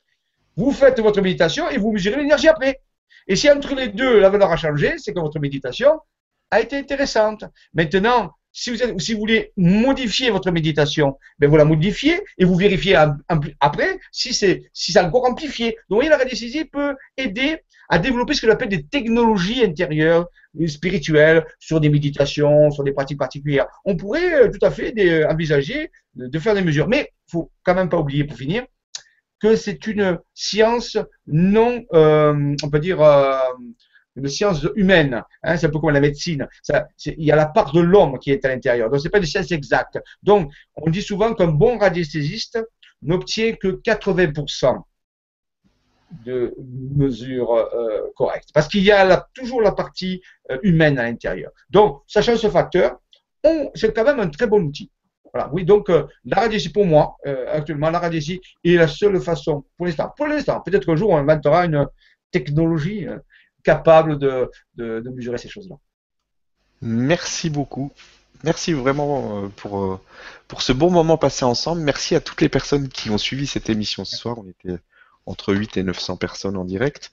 Vous faites votre méditation et vous mesurez l'énergie après. Et si entre les deux, la valeur a changé, c'est que votre méditation a été intéressante. Maintenant, si vous voulez modifier votre méditation, ben vous la modifiez et vous vérifiez après si c'est encore amplifié. Donc, vous voyez, la radiesthésie peut aider à développer ce que l'on appelle des technologies intérieures, spirituelles, sur des méditations, sur des pratiques particulières. On pourrait tout à fait envisager de faire des mesures. Mais il ne faut quand même pas oublier, pour finir, que c'est une science non, on peut dire, une science humaine. Hein, c'est un peu comme la médecine. Il y a la part de l'homme qui est à l'intérieur. Donc, ce n'est pas une science exacte. Donc, on dit souvent qu'un bon radiesthésiste n'obtient que 80% de mesures correctes. Parce qu'il y a toujours la partie humaine à l'intérieur. Donc, sachant ce facteur, c'est quand même un très bon outil. Voilà, oui, donc la radiologie, pour moi, actuellement, la radiologie est la seule façon, pour l'instant, peut-être qu'un jour on inventera une technologie capable de mesurer ces choses-là. Merci beaucoup. Merci vraiment pour ce bon moment passé ensemble. Merci à toutes les personnes qui ont suivi cette émission ce soir. On était entre 8 et 900 personnes en direct.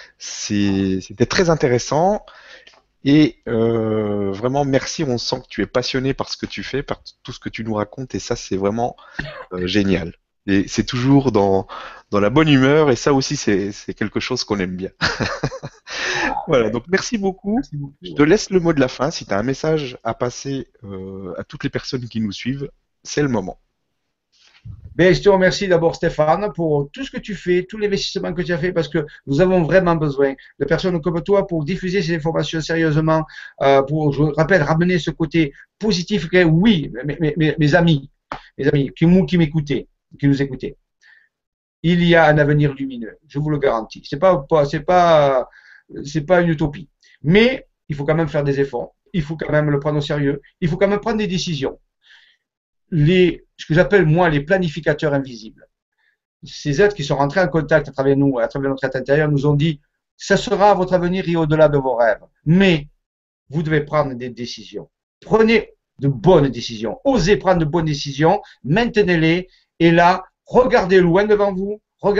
C'était très intéressant. Et vraiment, merci. On sent que tu es passionné par ce que tu fais, par tout ce que tu nous racontes. Et ça, c'est vraiment génial. Et c'est toujours dans la bonne humeur. Et ça aussi, c'est quelque chose qu'on aime bien. Voilà, donc merci beaucoup. Merci beaucoup. Je te laisse le mot de la fin. Si tu as un message à passer à toutes les personnes qui nous suivent, c'est le moment. Ben, je te remercie d'abord, Stéphane, pour tout ce que tu fais, tout l'investissement que tu as fait, parce que nous avons vraiment besoin de personnes comme toi pour diffuser ces informations sérieusement, pour, je rappelle, ramener ce côté positif que, oui, mes amis qui m'écoutaient, qui nous écoutaient, il y a un avenir lumineux, je vous le garantis. C'est pas une utopie. Mais il faut quand même faire des efforts, il faut quand même le prendre au sérieux, il faut quand même prendre des décisions. Ce que j'appelle moi les planificateurs invisibles. Ces êtres qui sont rentrés en contact à travers nous, à travers notre être intérieur, nous ont dit, ça sera votre avenir et au-delà de vos rêves. Mais vous devez prendre des décisions. Prenez de bonnes décisions. Osez prendre de bonnes décisions, maintenez-les, et là, regardez loin devant vous,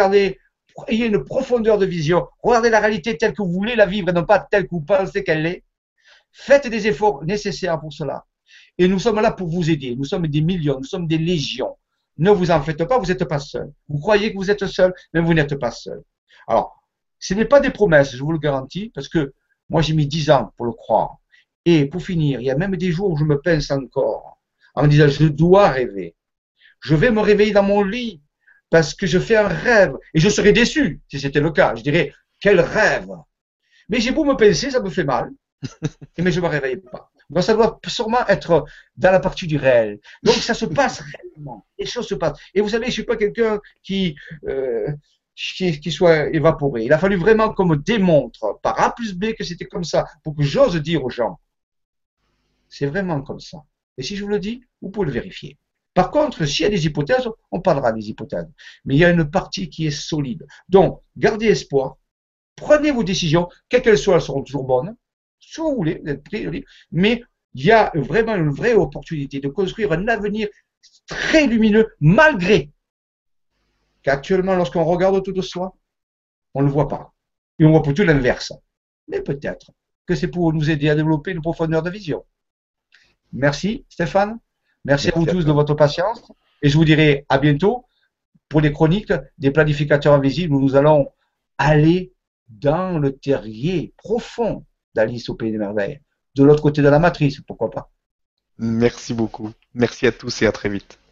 ayez une profondeur de vision, regardez la réalité telle que vous voulez la vivre et non pas telle que vous pensez qu'elle est. Faites des efforts nécessaires pour cela. Et nous sommes là pour vous aider. Nous sommes des millions, nous sommes des légions. Ne vous en faites pas, vous n'êtes pas seul. Vous croyez que vous êtes seul, mais vous n'êtes pas seul. Alors, ce n'est pas des promesses, je vous le garantis, parce que moi j'ai mis 10 ans pour le croire. Et pour finir, il y a même des jours où je me pince encore en me disant, je dois rêver. Je vais me réveiller dans mon lit parce que je fais un rêve. Et je serais déçu si c'était le cas. Je dirais, quel rêve. Mais j'ai beau me pincer, ça me fait mal. Mais je ne me réveille pas. Donc ça doit sûrement être dans la partie du réel. Donc ça se passe réellement. Les choses se passent. Et vous savez, je ne suis pas quelqu'un qui qui soit évaporé. Il a fallu vraiment qu'on me démontre par A plus B que c'était comme ça pour que j'ose dire aux gens, c'est vraiment comme ça. Et si je vous le dis, vous pouvez le vérifier. Par contre, s'il y a des hypothèses, on parlera des hypothèses. Mais il y a une partie qui est solide. Donc, gardez espoir, prenez vos décisions, quelles qu'elles soient, elles seront toujours bonnes. Si vous voulez, vous êtes pris, mais il y a vraiment une vraie opportunité de construire un avenir très lumineux, malgré qu'actuellement, lorsqu'on regarde autour de soi, on ne le voit pas. Et on voit plutôt l'inverse. Mais peut-être que c'est pour nous aider à développer une profondeur de vision. Merci Stéphane. Merci à vous Merci à tous de toi. votre patience. Et je vous dirai à bientôt pour les chroniques des planificateurs invisibles où nous allons aller dans le terrier profond d'Alice au Pays des Merveilles. De l'autre côté de la matrice, pourquoi pas. Merci beaucoup. Merci à tous et à très vite.